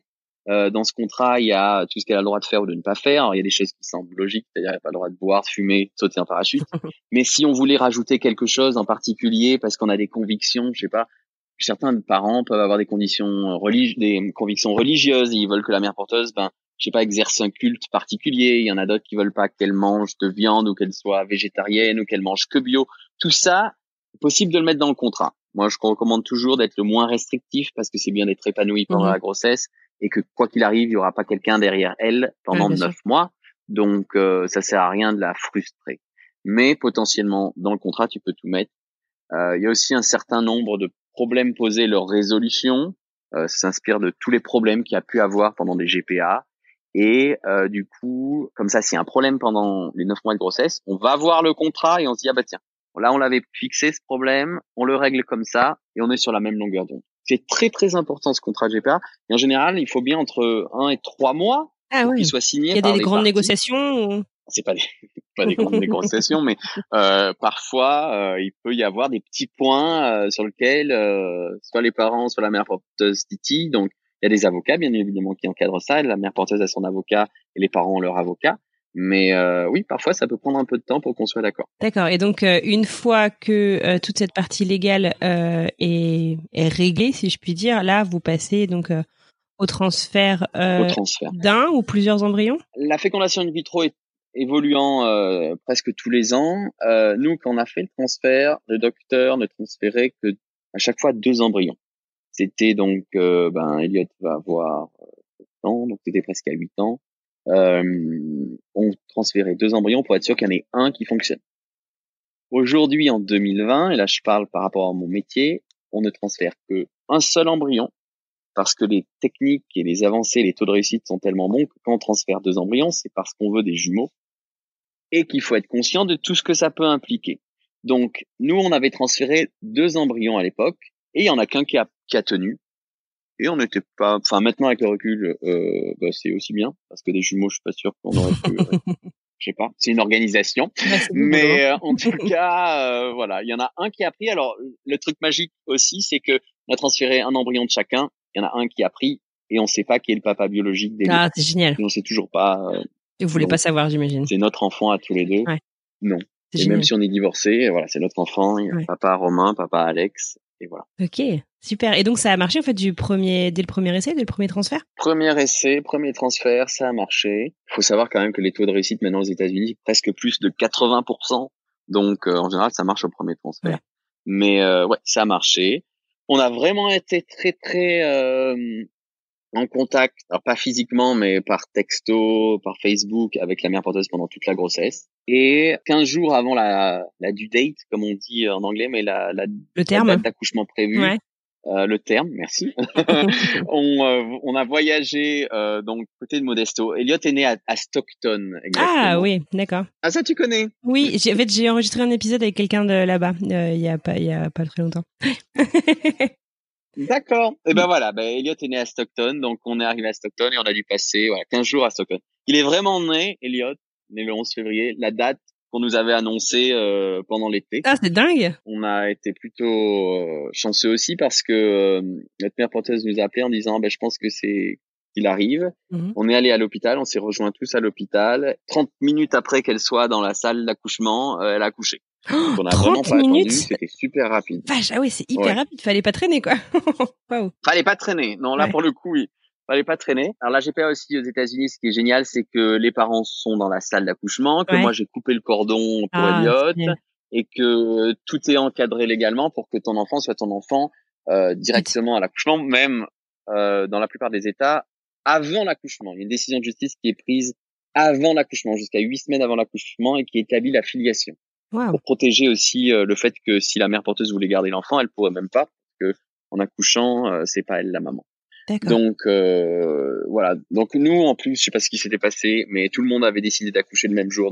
Euh, dans ce contrat, il y a tout ce qu'elle a le droit de faire ou de ne pas faire. Alors, il y a des choses qui semblent logiques, c'est-à-dire qu'elle n'a pas le droit de boire, de fumer, de sauter en parachute. Mais si on voulait rajouter quelque chose en particulier parce qu'on a des convictions, je sais pas, certains parents peuvent avoir des conditions religieuses, des convictions religieuses et ils veulent que la mère porteuse, ben, je sais pas, exerce un culte particulier. Il y en a d'autres qui veulent pas qu'elle mange de viande ou qu'elle soit végétarienne ou qu'elle mange que bio. Tout ça, c'est possible de le mettre dans le contrat. Moi, je recommande toujours d'être le moins restrictif parce que c'est bien d'être épanoui pendant mmh. la grossesse et que quoi qu'il arrive, il y aura pas quelqu'un derrière elle pendant neuf ouais, mois. Donc, euh, ça sert à rien de la frustrer. Mais potentiellement, dans le contrat, tu peux tout mettre. Euh, il y a aussi un certain nombre de problèmes posés, leur résolution. Euh, ça s'inspire de tous les problèmes qu'il y a pu avoir pendant des G P A. Et euh, du coup, comme ça, s'il y a un problème pendant les neuf mois de grossesse, on va voir le contrat et on se dit, ah bah tiens, là, on l'avait fixé ce problème, on le règle comme ça et on est sur la même longueur d'onde. C'est très, très important ce contrat de G P A. Et en général, il faut bien entre un et trois mois ah, pour oui. qu'il soit signé par les Il y a des grandes parties. négociations ou... C'est pas des, pas des grandes négociations, mais euh, parfois, euh, il peut y avoir des petits points euh, sur lesquels euh, soit les parents, soit la mère porteuse titillent. Donc, il y a des avocats, bien évidemment, qui encadrent ça. La mère porteuse a son avocat et les parents ont leur avocat. Mais euh, oui, parfois, ça peut prendre un peu de temps pour qu'on soit d'accord. D'accord. Et donc, euh, une fois que euh, toute cette partie légale euh, est, est réglée, si je puis dire, là, vous passez donc euh, au transfert, euh, au transfert d'un ou plusieurs embryons. La fécondation in vitro est évoluant euh, presque tous les ans. Euh, nous, quand on a fait le transfert, le docteur ne transférait que à chaque fois deux embryons. C'était donc, euh, ben, Elliot va avoir sept ans, donc c'était presque à huit ans. Euh, on transférait deux embryons pour être sûr qu'il y en ait un qui fonctionne. Aujourd'hui, en deux mille vingt, et là je parle par rapport à mon métier, on ne transfère que un seul embryon parce que les techniques et les avancées, les taux de réussite sont tellement bons que quand on transfère deux embryons, c'est parce qu'on veut des jumeaux et qu'il faut être conscient de tout ce que ça peut impliquer. Donc, nous, on avait transféré deux embryons à l'époque et il y en a qu'un qui a, qui a tenu. Et on n'était pas, enfin, maintenant avec le recul, euh, bah, c'est aussi bien parce que des jumeaux, je suis pas sûr qu'on aurait pu, euh, je sais pas, c'est une organisation. Ouais, c'est mais euh, en tout cas, euh, voilà, il y en a un qui a pris. Alors, le truc magique aussi, c'est que on a transféré un embryon de chacun. Il y en a un qui a pris et on sait pas qui est le papa biologique des deux. Ah, c'est génial. Et on sait toujours pas. Euh, et vous voulez donc, pas savoir, j'imagine. C'est notre enfant à tous les deux. Ouais. Non. C'est et génial. même si on est divorcé, voilà, c'est notre enfant. Il y a ouais. Papa Romain, papa Alex, et voilà. Ok, super. Et donc ça a marché en fait du premier, dès le premier essai, dès le premier transfert. Premier essai, premier transfert, ça a marché. Il faut savoir quand même que les taux de réussite maintenant aux États-Unis, presque plus de quatre-vingts pour cent. Donc euh, en général, ça marche au premier transfert. Ouais. Mais euh, ouais, ça a marché. On a vraiment été très très euh, en contact, alors pas physiquement, mais par texto, par Facebook, avec la mère porteuse pendant toute la grossesse. Et quinze jours avant la, la due date, comme on dit en anglais, mais la, la, le terme. la date d'accouchement prévue, ouais. euh, le terme, merci. on, euh, on a voyagé euh, donc côté de Modesto. Elliot est né à, à Stockton, exactement. Ah oui, d'accord. Ah ça tu connais? Oui, j'ai, en fait j'ai enregistré un épisode avec quelqu'un de là-bas euh, il y a pas il y a pas très longtemps. D'accord. Et ben voilà, ben Elliot est né à Stockton, donc on est arrivé à Stockton et on a dû passer voilà quinze jours à Stockton. Il est vraiment né, Elliot, né le onze février, la date qu'on nous avait annoncée euh, pendant l'été. Ah, c'est dingue. On a été plutôt euh, chanceux aussi parce que euh, notre mère porteuse nous a appelé en disant ben je pense que c'est qu'il arrive. Mm-hmm. On est allé à l'hôpital, on s'est rejoints tous à l'hôpital. trente minutes après qu'elle soit dans la salle d'accouchement, euh, elle a accouché. Donc on a vraiment pas minutes. attendu, c'était super rapide. Vache, ah oui, c'est hyper ouais. rapide, fallait pas traîner quoi. Wow. Fallait pas traîner. Non, là ouais. pour le coup, oui. Fallait pas traîner. Alors la G P A aussi aux États-Unis, ce qui est génial, c'est que les parents sont dans la salle d'accouchement, que ouais. moi j'ai coupé le cordon pour ah, Elliot et que tout est encadré légalement pour que ton enfant soit ton enfant euh, directement à l'accouchement, même euh, dans la plupart des États avant l'accouchement. Il y a une décision de justice qui est prise avant l'accouchement, jusqu'à huit semaines avant l'accouchement et qui établit la filiation. Wow. Pour protéger aussi euh, le fait que si la mère porteuse voulait garder l'enfant, elle pourrait même pas, parce que en accouchant, euh, c'est pas elle la maman. D'accord. Donc euh, voilà. Donc nous, en plus, je sais pas ce qui s'était passé, mais tout le monde avait décidé d'accoucher le même jour. Donc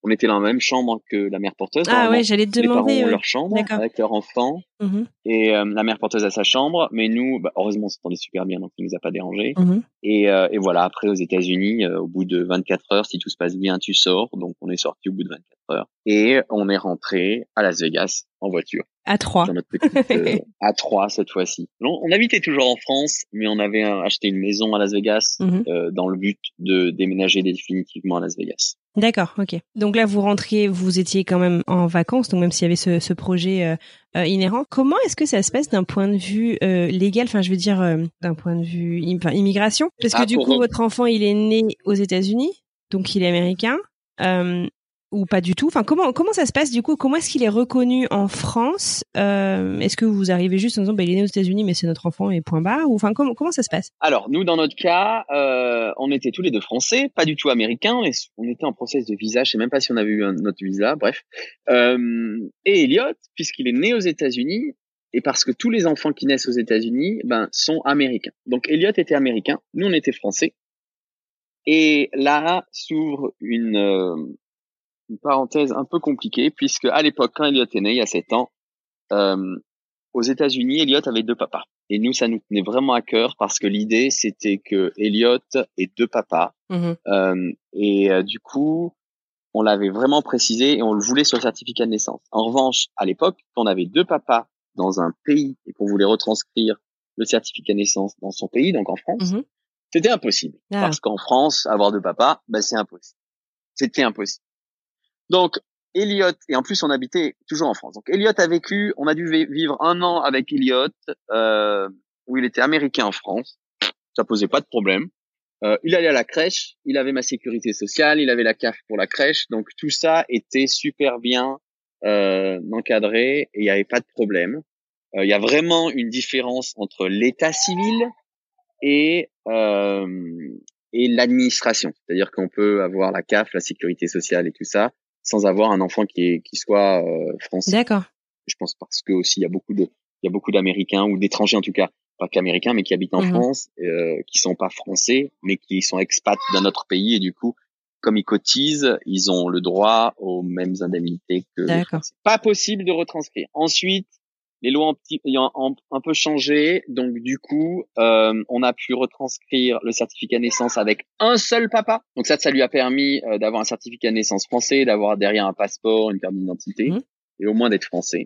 on était dans la même chambre que la mère porteuse. Ah ouais, j'allais te demander. Les parents ont ouais. leur chambre D'accord. avec leur enfant. Mmh. Et euh, la mère porteuse a sa chambre, mais nous, bah, heureusement, on s'entendait super bien, donc il nous a pas dérangé. Mmh. Et, euh, et voilà, après aux États-Unis, euh, au bout de vingt-quatre heures, si tout se passe bien, tu sors. Donc on est sorti au bout de vingt-quatre heures et on est rentré à Las Vegas en voiture. À trois. Dans notre petite, euh, à trois cette fois-ci. On, on habitait toujours en France, mais on avait euh, acheté une maison à Las Vegas Mmh. euh, dans le but de déménager définitivement à Las Vegas. D'accord, ok. Donc là, vous rentriez, vous étiez quand même en vacances, donc même s'il y avait ce, ce projet euh, euh, inhérent. Comment est-ce que ça se passe d'un point de vue euh, légal, enfin je veux dire euh, d'un point de vue im- enfin, immigration? Parce que Ah, du pour coup, eux. votre enfant, il est né aux États-Unis, donc il est américain, euh, ou pas du tout. Enfin, comment comment ça se passe du coup? Comment est-ce qu'il est reconnu en France? euh, Est-ce que vous arrivez juste en disant, bah, il est né aux États-Unis, mais c'est notre enfant et point barre? Ou enfin, comment comment ça se passe? Alors, nous, dans notre cas, euh, on était tous les deux français, pas du tout américains. On, est, on était en process de visa. Je sais même pas si on avait eu un, notre visa. Bref. Euh, et Elliot, puisqu'il est né aux États-Unis, et parce que tous les enfants qui naissent aux États-Unis, ben, sont américains. Donc, Elliot était américain. Nous, on était français. Et là s'ouvre une, euh, une parenthèse un peu compliquée, puisque à l'époque, quand Elliot est né, il y a sept ans, euh, aux États-Unis, Elliot avait deux papas. Et nous, ça nous tenait vraiment à cœur parce que l'idée, c'était que Elliot ait deux papas. Mmh. Euh, et euh, du coup, on l'avait vraiment précisé et on le voulait sur le certificat de naissance. En revanche, à l'époque, quand on avait deux papas dans un pays et qu'on voulait retranscrire le certificat de naissance dans son pays, donc en France, Mmh. c'était impossible. Ah. Parce qu'en France, avoir deux papas, ben, c'est impossible. C'était impossible. Donc, Elliot, et en plus on habitait toujours en France. Donc Elliot a vécu, on a dû vivre un an avec Elliot, euh, où il était américain en France. Ça posait pas de problème. Euh, il allait à la crèche, il avait ma sécurité sociale, il avait la C A F pour la crèche, donc tout ça était super bien euh, encadré et il n'y avait pas de problème. Euh, il y a vraiment une différence entre l'état civil et euh, et l'administration. C'est-à-dire qu'on peut avoir la C A F, la sécurité sociale et tout ça, sans avoir un enfant qui est qui soit euh, français. D'accord. Je pense parce que aussi il y a beaucoup de il y a beaucoup d'Américains ou d'étrangers en tout cas, pas qu'Américains mais qui habitent en Mmh. France, euh, qui sont pas français mais qui sont expats d'un autre pays et du coup comme ils cotisent, ils ont le droit aux mêmes indemnités que les D'accord. Français. Pas possible de retranscrire. Ensuite, les lois ont, petit, ont un peu changé, donc du coup, euh, on a pu retranscrire le certificat de naissance avec un seul papa. Donc ça, ça lui a permis euh, d'avoir un certificat de naissance français, d'avoir derrière un passeport, une carte d'identité, Mmh. et au moins d'être français.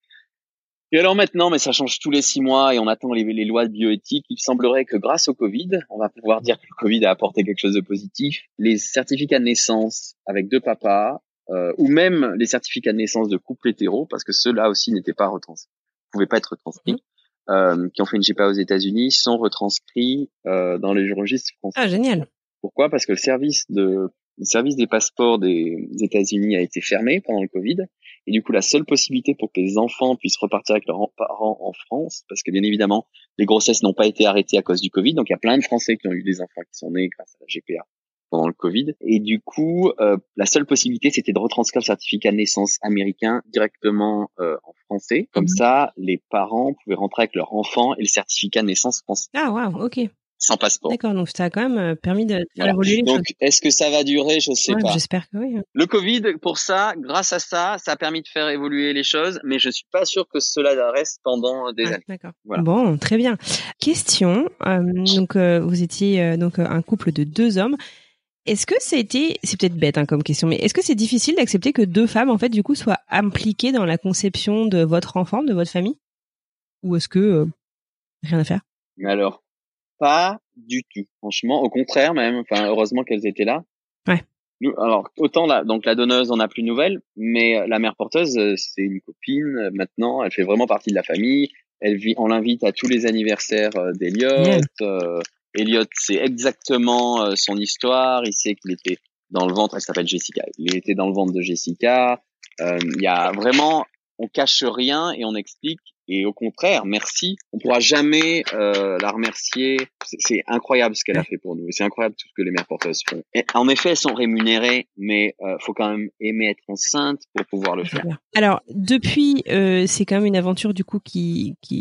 Et alors maintenant, mais ça change tous les six mois et on attend les, les lois de bioéthique. Il semblerait que grâce au Covid, on va pouvoir dire que le Covid a apporté quelque chose de positif. Les certificats de naissance avec deux papas, euh, ou même les certificats de naissance de couples hétéros, parce que ceux-là aussi n'étaient pas retranscrits, pouvaient pas être retranscrits, mmh. euh, qui ont fait une G P A aux États-Unis, sont retranscrits euh, dans les registres français. Ah, génial. Pourquoi? Parce que le service de le service des passeports des États-Unis a été fermé pendant le Covid. Et du coup, la seule possibilité pour que les enfants puissent repartir avec leurs parents en France, parce que bien évidemment, les grossesses n'ont pas été arrêtées à cause du Covid. Donc, il y a plein de Français qui ont eu des enfants qui sont nés grâce à la G P A pendant le Covid. Et du coup, euh, la seule possibilité, c'était de retranscrire le certificat de naissance américain directement euh, en français. Comme mmh. ça, les parents pouvaient rentrer avec leur enfant et le certificat de naissance français. Ah, waouh, ok. Sans passeport. D'accord, donc ça a quand même permis de faire voilà. évoluer les donc, choses. Donc, est-ce que ça va durer? Je sais ouais, pas. J'espère que oui. Le Covid, pour ça, grâce à ça, ça a permis de faire évoluer les choses, mais je suis pas sûr que cela reste pendant des ah, années. D'accord. Voilà. Bon, très bien. Question. Euh, donc, euh, vous étiez euh, donc un couple de deux hommes. Est-ce que c'était, c'est peut-être bête hein, comme question, mais est-ce que c'est difficile d'accepter que deux femmes, en fait, du coup, soient impliquées dans la conception de votre enfant, de votre famille? Ou est-ce que euh, rien à faire? Mais alors, pas du tout. Franchement, au contraire même. Enfin, heureusement qu'elles étaient là. Ouais. Nous, alors, autant la, donc la donneuse, on n'a plus de nouvelles, mais la mère porteuse, c'est une copine maintenant. Elle fait vraiment partie de la famille. Elle vit, on l'invite à tous les anniversaires d'Elliot. Yeah. Euh, Elliot, c'est exactement euh, son histoire. Il sait qu'il était dans le ventre. Elle s'appelle Jessica. Il était dans le ventre de Jessica. Il euh, y a vraiment, on cache rien et on explique. Et au contraire, merci. On pourra jamais euh, la remercier. C'est, c'est incroyable ce qu'elle a fait pour nous. C'est incroyable tout ce que les mères porteuses font. Et en effet, elles sont rémunérées, mais euh, faut quand même aimer être enceinte pour pouvoir le faire. Alors, depuis, euh, c'est quand même une aventure du coup qui qui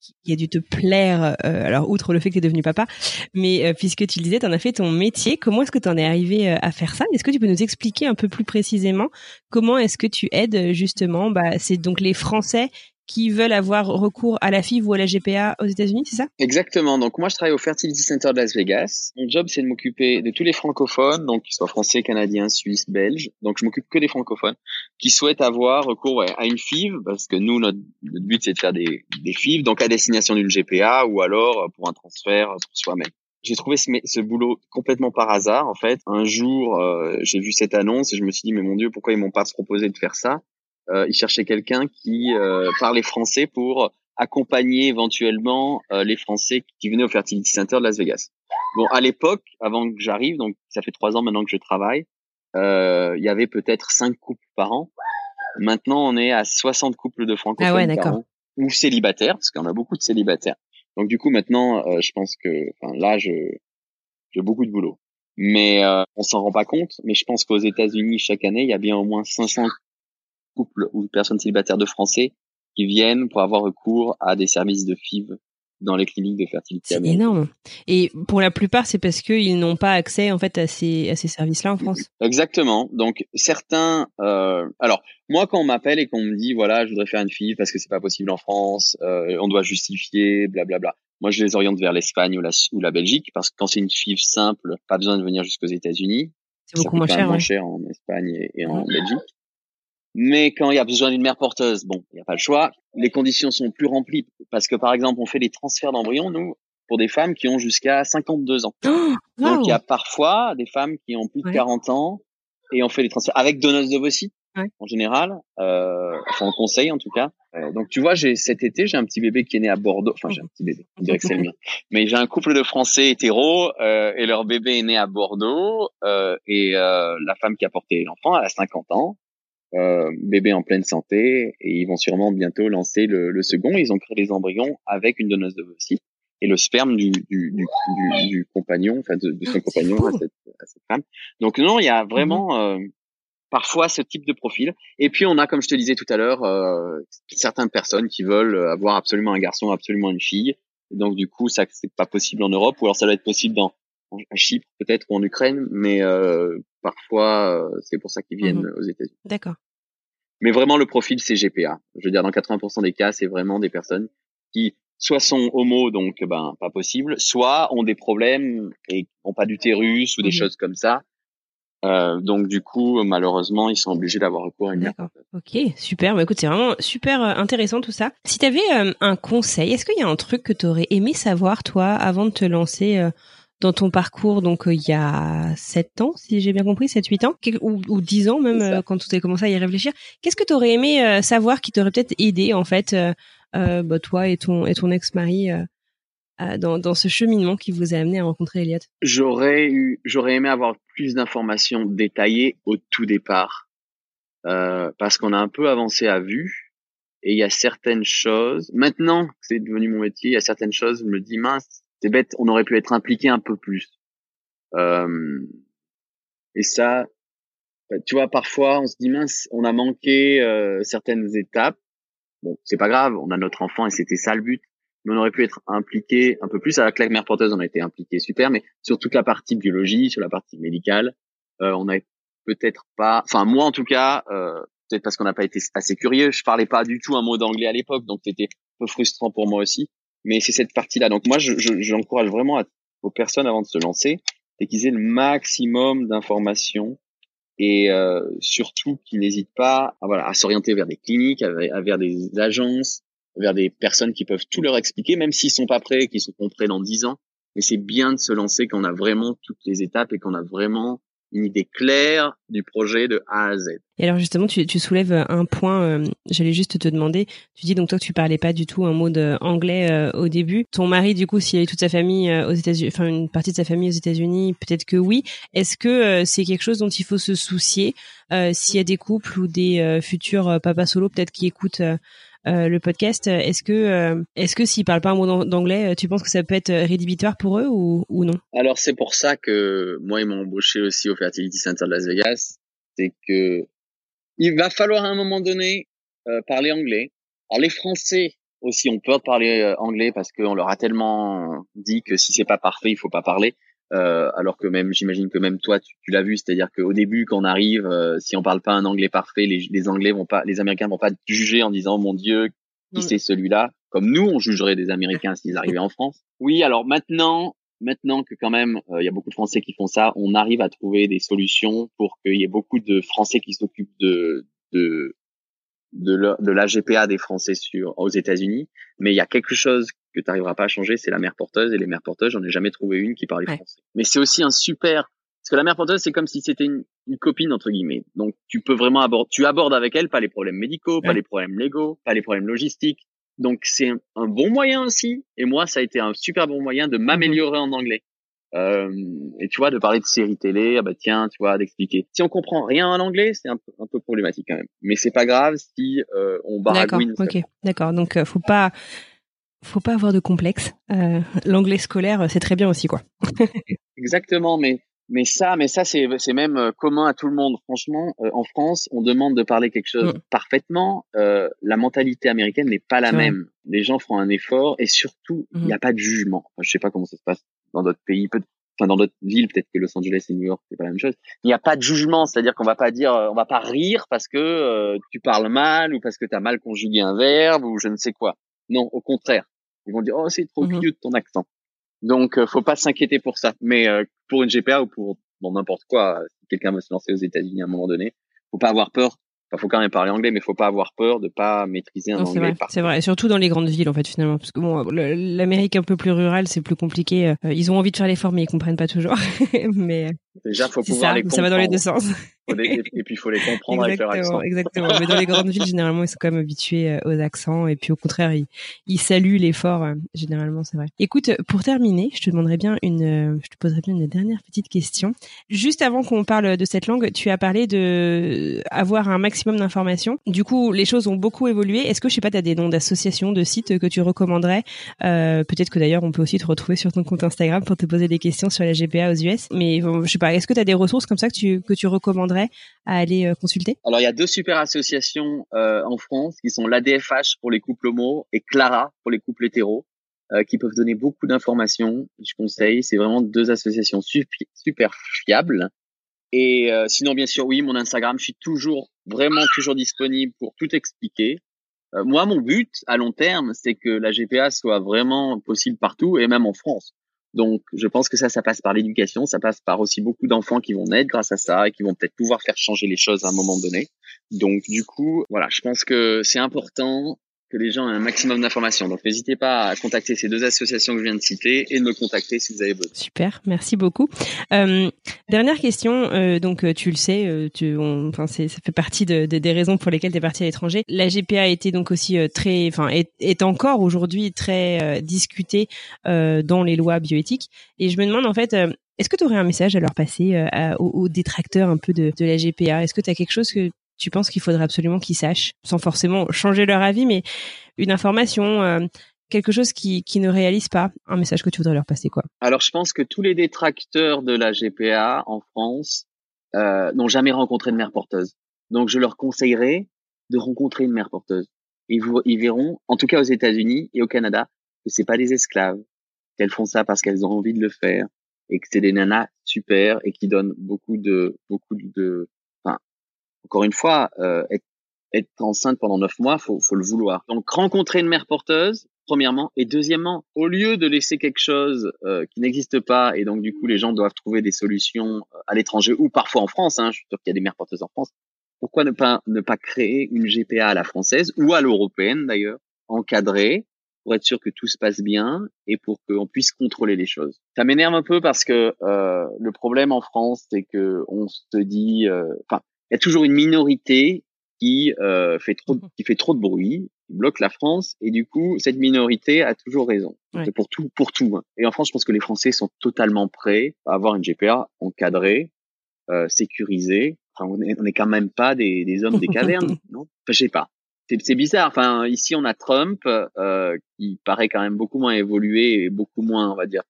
qui a dû te plaire, euh, alors outre le fait que tu es devenu papa, mais euh, puisque tu le disais, tu en as fait ton métier, comment est-ce que tu en es arrivé euh, à faire ça? Est-ce que tu peux nous expliquer un peu plus précisément comment est-ce que tu aides justement, bah, c'est donc les Français qui veulent avoir recours à la F I V ou à la G P A aux États-Unis, c'est ça? Exactement. Donc moi, je travaille au Fertility Center de Las Vegas. Mon job, c'est de m'occuper de tous les francophones, donc qu'ils soient français, canadiens, suisses, belges. Donc je m'occupe que des francophones qui souhaitent avoir recours ouais, à une F I V, parce que nous, notre, notre but, c'est de faire des, des F I V, donc à destination d'une G P A ou alors pour un transfert pour soi-même. J'ai trouvé ce, ce boulot complètement par hasard, en fait. Un jour, euh, j'ai vu cette annonce et je me suis dit, mais mon Dieu, pourquoi ils m'ont pas proposé de faire ça? Euh, ils cherchaient quelqu'un qui euh, parlait français pour accompagner éventuellement euh, les Français qui venaient au Fertility Center de Las Vegas. Bon, à l'époque, avant que j'arrive, donc ça fait trois ans maintenant que je travaille, euh, il y avait peut-être cinq couples par an. Maintenant, on est à soixante couples de francophones ah ouais, par an, ou célibataires, parce qu'on a beaucoup de célibataires. Donc du coup, maintenant, euh, je pense que, enfin là, je j'ai beaucoup de boulot. Mais euh, on s'en rend pas compte. Mais je pense qu'aux États-Unis, chaque année, il y a bien au moins cinq cents couples ou personnes célibataires de Français qui viennent pour avoir recours à des services de F I V dans les cliniques de fertilité. C'est énorme. Et pour la plupart, c'est parce qu'ils n'ont pas accès en fait à ces à ces services-là en France. Exactement. Donc certains. Euh, alors moi, quand on m'appelle et qu'on me dit voilà, je voudrais faire une F I V parce que c'est pas possible en France, euh, on doit justifier, blablabla. Moi, je les oriente vers l'Espagne ou la ou la Belgique parce que quand c'est une F I V simple, pas besoin de venir jusqu'aux États-Unis. C'est beaucoup moins cher. moins ouais. cher en Espagne et, et en mmh. Belgique. Mais quand il y a besoin d'une mère porteuse, bon, il n'y a pas le choix. Les conditions sont plus remplies parce que, par exemple, on fait des transferts d'embryons, nous, pour des femmes qui ont jusqu'à cinquante-deux ans. Oh, wow. Donc, il y a parfois des femmes qui ont plus de ouais. quarante ans et on fait des transferts avec donneuse d'ovocytes, ouais. en général. Euh, enfin, on conseille, en tout cas. Euh, donc, tu vois, j'ai cet été, j'ai un petit bébé qui est né à Bordeaux. Enfin, j'ai un petit bébé. On dirait que c'est le mien. Mais j'ai un couple de Français hétéros euh, et leur bébé est né à Bordeaux. Euh, et euh, la femme qui a porté l'enfant, elle a cinquante ans. Euh, bébé en pleine santé et ils vont sûrement bientôt lancer le, le second. Ils ont créé les embryons avec une donneuse d'ovocytes et le sperme du, du, du, du, du compagnon, enfin de, de son compagnon à cette, à cette femme. Donc non, il y a vraiment euh, parfois ce type de profil. Et puis on a, comme je te disais tout à l'heure, euh, certaines personnes qui veulent avoir absolument un garçon, absolument une fille. Et donc du coup, ça c'est pas possible en Europe, ou alors ça doit être possible dans à Chypre peut-être ou en Ukraine, mais euh, parfois euh, c'est pour ça qu'ils viennent mmh. aux États-Unis. D'accord. Mais vraiment le profil c'est G P A. Je veux dire dans quatre-vingts pour cent des cas c'est vraiment des personnes qui soit sont homo donc ben pas possible, soit ont des problèmes et ont pas d'utérus ou des mmh. choses comme ça. Euh, donc du coup malheureusement ils sont obligés d'avoir recours à une mère. Ok, super. Bah, écoute, c'est vraiment super intéressant tout ça. Si tu avais euh, un conseil, est-ce qu'il y a un truc que tu aurais aimé savoir toi avant de te lancer euh, dans ton parcours, donc euh, il y a sept ans, si j'ai bien compris, sept huit ans, ou, ou dix ans même, euh, quand tu as commencé à y réfléchir. Qu'est-ce que tu aurais aimé euh, savoir qui t'aurait peut-être aidé, en fait, euh, euh, bah, toi et ton, et ton ex-mari euh, euh, dans, dans ce cheminement qui vous a amené à rencontrer Elliot? J'aurais eu, j'aurais aimé avoir plus d'informations détaillées au tout départ, euh, parce qu'on a un peu avancé à vue, et il y a certaines choses, maintenant que c'est devenu mon métier, il y a certaines choses, je me dis, mince, c'est bête, on aurait pu être impliqué un peu plus. Euh, et ça, tu vois, parfois, on se dit, mince, on a manqué euh, certaines étapes. Bon, c'est pas grave, on a notre enfant et c'était ça le but. Mais on aurait pu être impliqué un peu plus. Avec la mère porteuse, on a été impliqué super, mais sur toute la partie biologie, sur la partie médicale, euh, on a peut-être pas... Enfin, moi, en tout cas, euh, peut-être parce qu'on n'a pas été assez curieux. Je parlais pas du tout un mot d'anglais à l'époque, donc c'était un peu frustrant pour moi aussi. Mais c'est cette partie-là. Donc moi, je, je, j'encourage vraiment à, aux personnes avant de se lancer, c'est qu'ils aient le maximum d'informations et euh, surtout qu'ils n'hésitent pas à, voilà, à s'orienter vers des cliniques, à, à, vers des agences, vers des personnes qui peuvent tout leur expliquer, même s'ils sont pas prêts, qu'ils sont prêts dans dix ans. Mais c'est bien de se lancer quand on a vraiment toutes les étapes et qu'on a vraiment une idée claire du projet de A à Z. Et alors justement, tu, tu soulèves un point, euh, j'allais juste te demander, tu dis donc toi que tu parlais pas du tout un mot d'anglais euh, au début. Ton mari, du coup, s'il avait toute sa famille euh, aux États-Unis, enfin une partie de sa famille aux États-Unis, peut-être que oui. Est-ce que euh, c'est quelque chose dont il faut se soucier euh, s'il y a des couples ou des euh, futurs euh, papas solo peut-être qui écoutent euh, euh, le podcast? Est-ce que euh, est-ce que s'ils parlent pas un mot d'anglais, tu penses que ça peut être rédhibitoire pour eux ou, ou non? Alors c'est pour ça que moi ils m'ont embauché aussi au Fertility Center de Las Vegas, c'est que il va falloir à un moment donné euh, parler anglais. Alors les Français aussi ont peur de parler euh, anglais parce qu'on leur a tellement dit que si c'est pas parfait, il faut pas parler. Euh, alors que même, j'imagine que même toi, tu, tu l'as vu, c'est-à-dire qu'au début, quand on arrive, euh, si on parle pas un anglais parfait, les, les Anglais vont pas, les Américains vont pas te juger en disant, oh, mon Dieu, qui c'est celui-là? Comme nous, on jugerait des Américains s'ils arrivaient en France. Oui, alors maintenant, maintenant que quand même, il euh, y a beaucoup de Français qui font ça, on arrive à trouver des solutions pour qu'il y ait beaucoup de Français qui s'occupent de, de, de, de l'A G P A des Français sur, aux États-Unis. Mais il y a quelque chose que tu n'arriveras pas à changer, c'est la mère porteuse. Et les mères porteuses, j'en ai jamais trouvé une qui parlait ouais. français. Mais c'est aussi un super, parce que la mère porteuse, c'est comme si c'était une, une copine, entre guillemets. Donc, tu peux vraiment aborder, tu abordes avec elle pas les problèmes médicaux, ouais. pas les problèmes légaux, pas les problèmes logistiques. Donc, c'est un, un bon moyen aussi. Et moi, ça a été un super bon moyen de m'améliorer mmh. en anglais. Euh, et tu vois, de parler de séries télé, ah bah tiens, tu vois, d'expliquer. Si on comprend rien en anglais, c'est un peu, un peu problématique quand même. Mais c'est pas grave si euh, on baragouine. D'accord, ok, d'accord. Donc, euh, faut pas, faut pas avoir de complexe. Euh, l'anglais scolaire, c'est très bien aussi, quoi. Exactement, mais mais ça, mais ça, c'est c'est même euh, commun à tout le monde. Franchement, euh, en France, on demande de parler quelque chose mmh. parfaitement. Euh, la mentalité américaine n'est pas la c'est même. Vrai. Les gens feront un effort et surtout, il mmh. n'y a pas de jugement. Enfin, je sais pas comment ça se passe dans d'autres pays, peut enfin dans d'autres villes, peut-être que Los Angeles et New York, c'est pas la même chose. Il n'y a pas de jugement, c'est-à-dire qu'on va pas dire, on va pas rire parce que euh, tu parles mal ou parce que tu as mal conjugué un verbe ou je ne sais quoi. Non, au contraire, ils vont dire oh c'est trop mmh. cute ton accent. Donc, euh, faut pas s'inquiéter pour ça. Mais euh, pour une G P A ou pour bon n'importe quoi, si quelqu'un veut se lancer aux États-Unis à un moment donné, faut pas avoir peur. Enfin, faut quand même parler anglais, mais faut pas avoir peur de pas maîtriser un non, anglais. C'est vrai, parfait. C'est vrai, et surtout dans les grandes villes en fait finalement, parce que bon, le, l'Amérique un peu plus rurale, c'est plus compliqué. Euh, ils ont envie de faire l'effort, mais ils comprennent pas toujours. mais déjà, faut pouvoir ça, les comprendre. Ça va dans les deux sens. Et, et puis, il faut les comprendre avec leur accent. Exactement. Mais dans les grandes villes, généralement, ils sont quand même habitués aux accents. Et puis, au contraire, ils, ils saluent l'effort. Généralement, c'est vrai. Écoute, pour terminer, je te demanderais bien une, je te poserais bien une dernière petite question. Juste avant qu'on parle de cette langue, tu as parlé de avoir un maximum d'informations. Du coup, les choses ont beaucoup évolué. Est-ce que, je sais pas, tu as des noms d'associations, de sites que tu recommanderais? euh, Peut-être que d'ailleurs, on peut aussi te retrouver sur ton compte Instagram pour te poser des questions sur la G P A aux U S. Mais, je sais pas, est-ce que tu as des ressources comme ça que tu, que tu recommanderais à aller euh, consulter? Alors, il y a deux super associations euh, en France qui sont l'A D F H pour les couples homo et Clara pour les couples hétéros, euh, qui peuvent donner beaucoup d'informations. Je conseille, c'est vraiment deux associations super, super fiables. Et euh, sinon, bien sûr, oui, mon Instagram, je suis toujours, vraiment toujours disponible pour tout expliquer. Euh, moi, mon but à long terme, c'est que la G P A soit vraiment possible partout et même en France. Donc, je pense que ça, ça passe par l'éducation, ça passe par aussi beaucoup d'enfants qui vont naître grâce à ça et qui vont peut-être pouvoir faire changer les choses à un moment donné. Donc, du coup, voilà, je pense que c'est important que les gens aient un maximum d'informations. Donc, n'hésitez pas à contacter ces deux associations que je viens de citer et de me contacter si vous avez besoin. Super, merci beaucoup. Euh, dernière question, euh, donc tu le sais, euh, tu, on, enfin, c'est, ça fait partie de, de, des raisons pour lesquelles tu es parti à l'étranger. La G P A a été donc aussi euh, très, enfin, est, est encore aujourd'hui très euh, discutée euh, dans les lois bioéthiques. Et je me demande en fait, euh, est-ce que tu aurais un message à leur passer euh, à, aux, aux détracteurs un peu de, de la G P A? Est-ce que tu as quelque chose que tu penses qu'il faudrait absolument qu'ils sachent, sans forcément changer leur avis, mais une information, euh, quelque chose qui, qui ne réalise pas, un message que tu voudrais leur passer, quoi? Alors, je pense que tous les détracteurs de la G P A en France euh, n'ont jamais rencontré de mère porteuse. Donc, je leur conseillerais de rencontrer une mère porteuse. Ils, vous, ils verront, en tout cas aux États-Unis et au Canada, que c'est pas des esclaves, qu'elles font ça parce qu'elles ont envie de le faire et que c'est des nanas super et qui donnent beaucoup de, beaucoup de, enfin, encore une fois, euh, être, être enceinte pendant neuf mois, faut, faut le vouloir. Donc, rencontrer une mère porteuse, premièrement, et deuxièmement, au lieu de laisser quelque chose euh, qui n'existe pas, et donc du coup les gens doivent trouver des solutions à l'étranger ou parfois en France, hein, je suis sûr qu'il y a des mères porteuses en France, pourquoi ne pas ne pas créer une G P A à la française ou à l'européenne d'ailleurs, encadrée, pour être sûr que tout se passe bien et pour qu'on puisse contrôler les choses. Ça m'énerve un peu parce que euh, le problème en France, c'est que on se dit, enfin, euh, il y a toujours une minorité qui euh, fait trop, qui fait trop de bruit, qui bloque la France, et du coup, cette minorité a toujours raison. Ouais. C'est pour tout, pour tout. Hein. Et en France, je pense que les Français sont totalement prêts à avoir une G P A encadrée, euh, sécurisée. Enfin, on est, on est quand même pas des, des hommes des cavernes, non? Enfin, je sais pas. C'est, c'est bizarre. Enfin, ici, on a Trump, euh, qui paraît quand même beaucoup moins évolué et beaucoup moins, on va dire,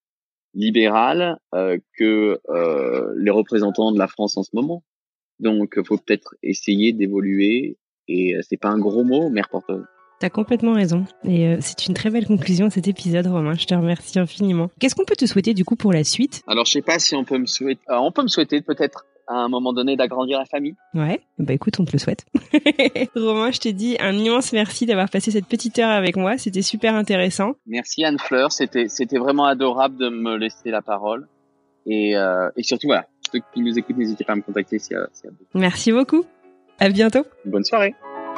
libéral euh, que euh, les représentants de la France en ce moment. Donc, faut peut-être essayer d'évoluer. Et c'est pas un gros mot, mère porteuse. T'as complètement raison. Et euh, c'est une très belle conclusion à cet épisode, Romain. Je te remercie infiniment. Qu'est-ce qu'on peut te souhaiter du coup pour la suite ? Alors, je sais pas si on peut me souhaiter, euh, on peut me souhaiter peut-être à un moment donné d'agrandir la famille. Ouais, bah écoute, on te le souhaite. Romain, je te dis un immense merci d'avoir passé cette petite heure avec moi. C'était super intéressant. Merci Anne-Fleur. C'était, c'était vraiment adorable de me laisser la parole. Et, euh, et surtout, voilà, ceux qui nous écoutent, n'hésitez pas à me contacter s'il y a, s'il y a besoin. Merci beaucoup. À bientôt. Bonne soirée.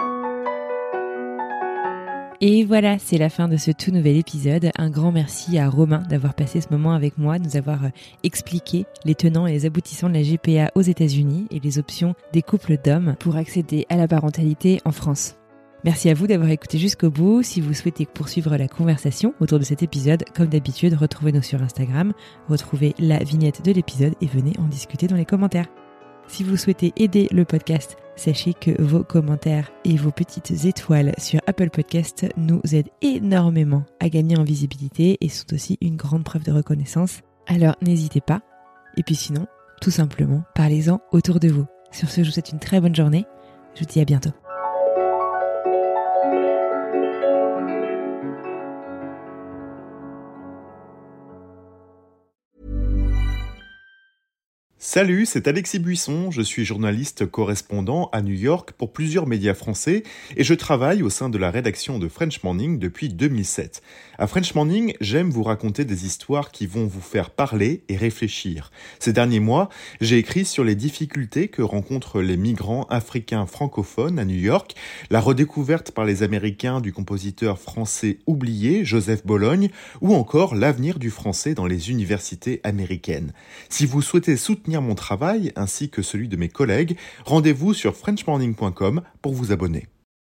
Et voilà, c'est la fin de ce tout nouvel épisode. Un grand merci à Romain d'avoir passé ce moment avec moi, de nous avoir expliqué les tenants et les aboutissants de la G P A aux États-Unis et les options des couples d'hommes pour accéder à la parentalité en France. Merci à vous d'avoir écouté jusqu'au bout. Si vous souhaitez poursuivre la conversation autour de cet épisode, comme d'habitude, retrouvez-nous sur Instagram, retrouvez la vignette de l'épisode et venez en discuter dans les commentaires. Si vous souhaitez aider le podcast, sachez que vos commentaires et vos petites étoiles sur Apple Podcast nous aident énormément à gagner en visibilité et sont aussi une grande preuve de reconnaissance. Alors n'hésitez pas. Et puis sinon, tout simplement, parlez-en autour de vous. Sur ce, je vous souhaite une très bonne journée. Je vous dis à bientôt. Salut, c'est Alexis Buisson, je suis journaliste correspondant à New York pour plusieurs médias français et je travaille au sein de la rédaction de French Morning depuis deux mille sept. À French Morning, j'aime vous raconter des histoires qui vont vous faire parler et réfléchir. Ces derniers mois, j'ai écrit sur les difficultés que rencontrent les migrants africains francophones à New York, la redécouverte par les Américains du compositeur français oublié Joseph Bologne ou encore l'avenir du français dans les universités américaines. Si vous souhaitez soutenir mon travail ainsi que celui de mes collègues, rendez-vous sur french morning point com pour vous abonner.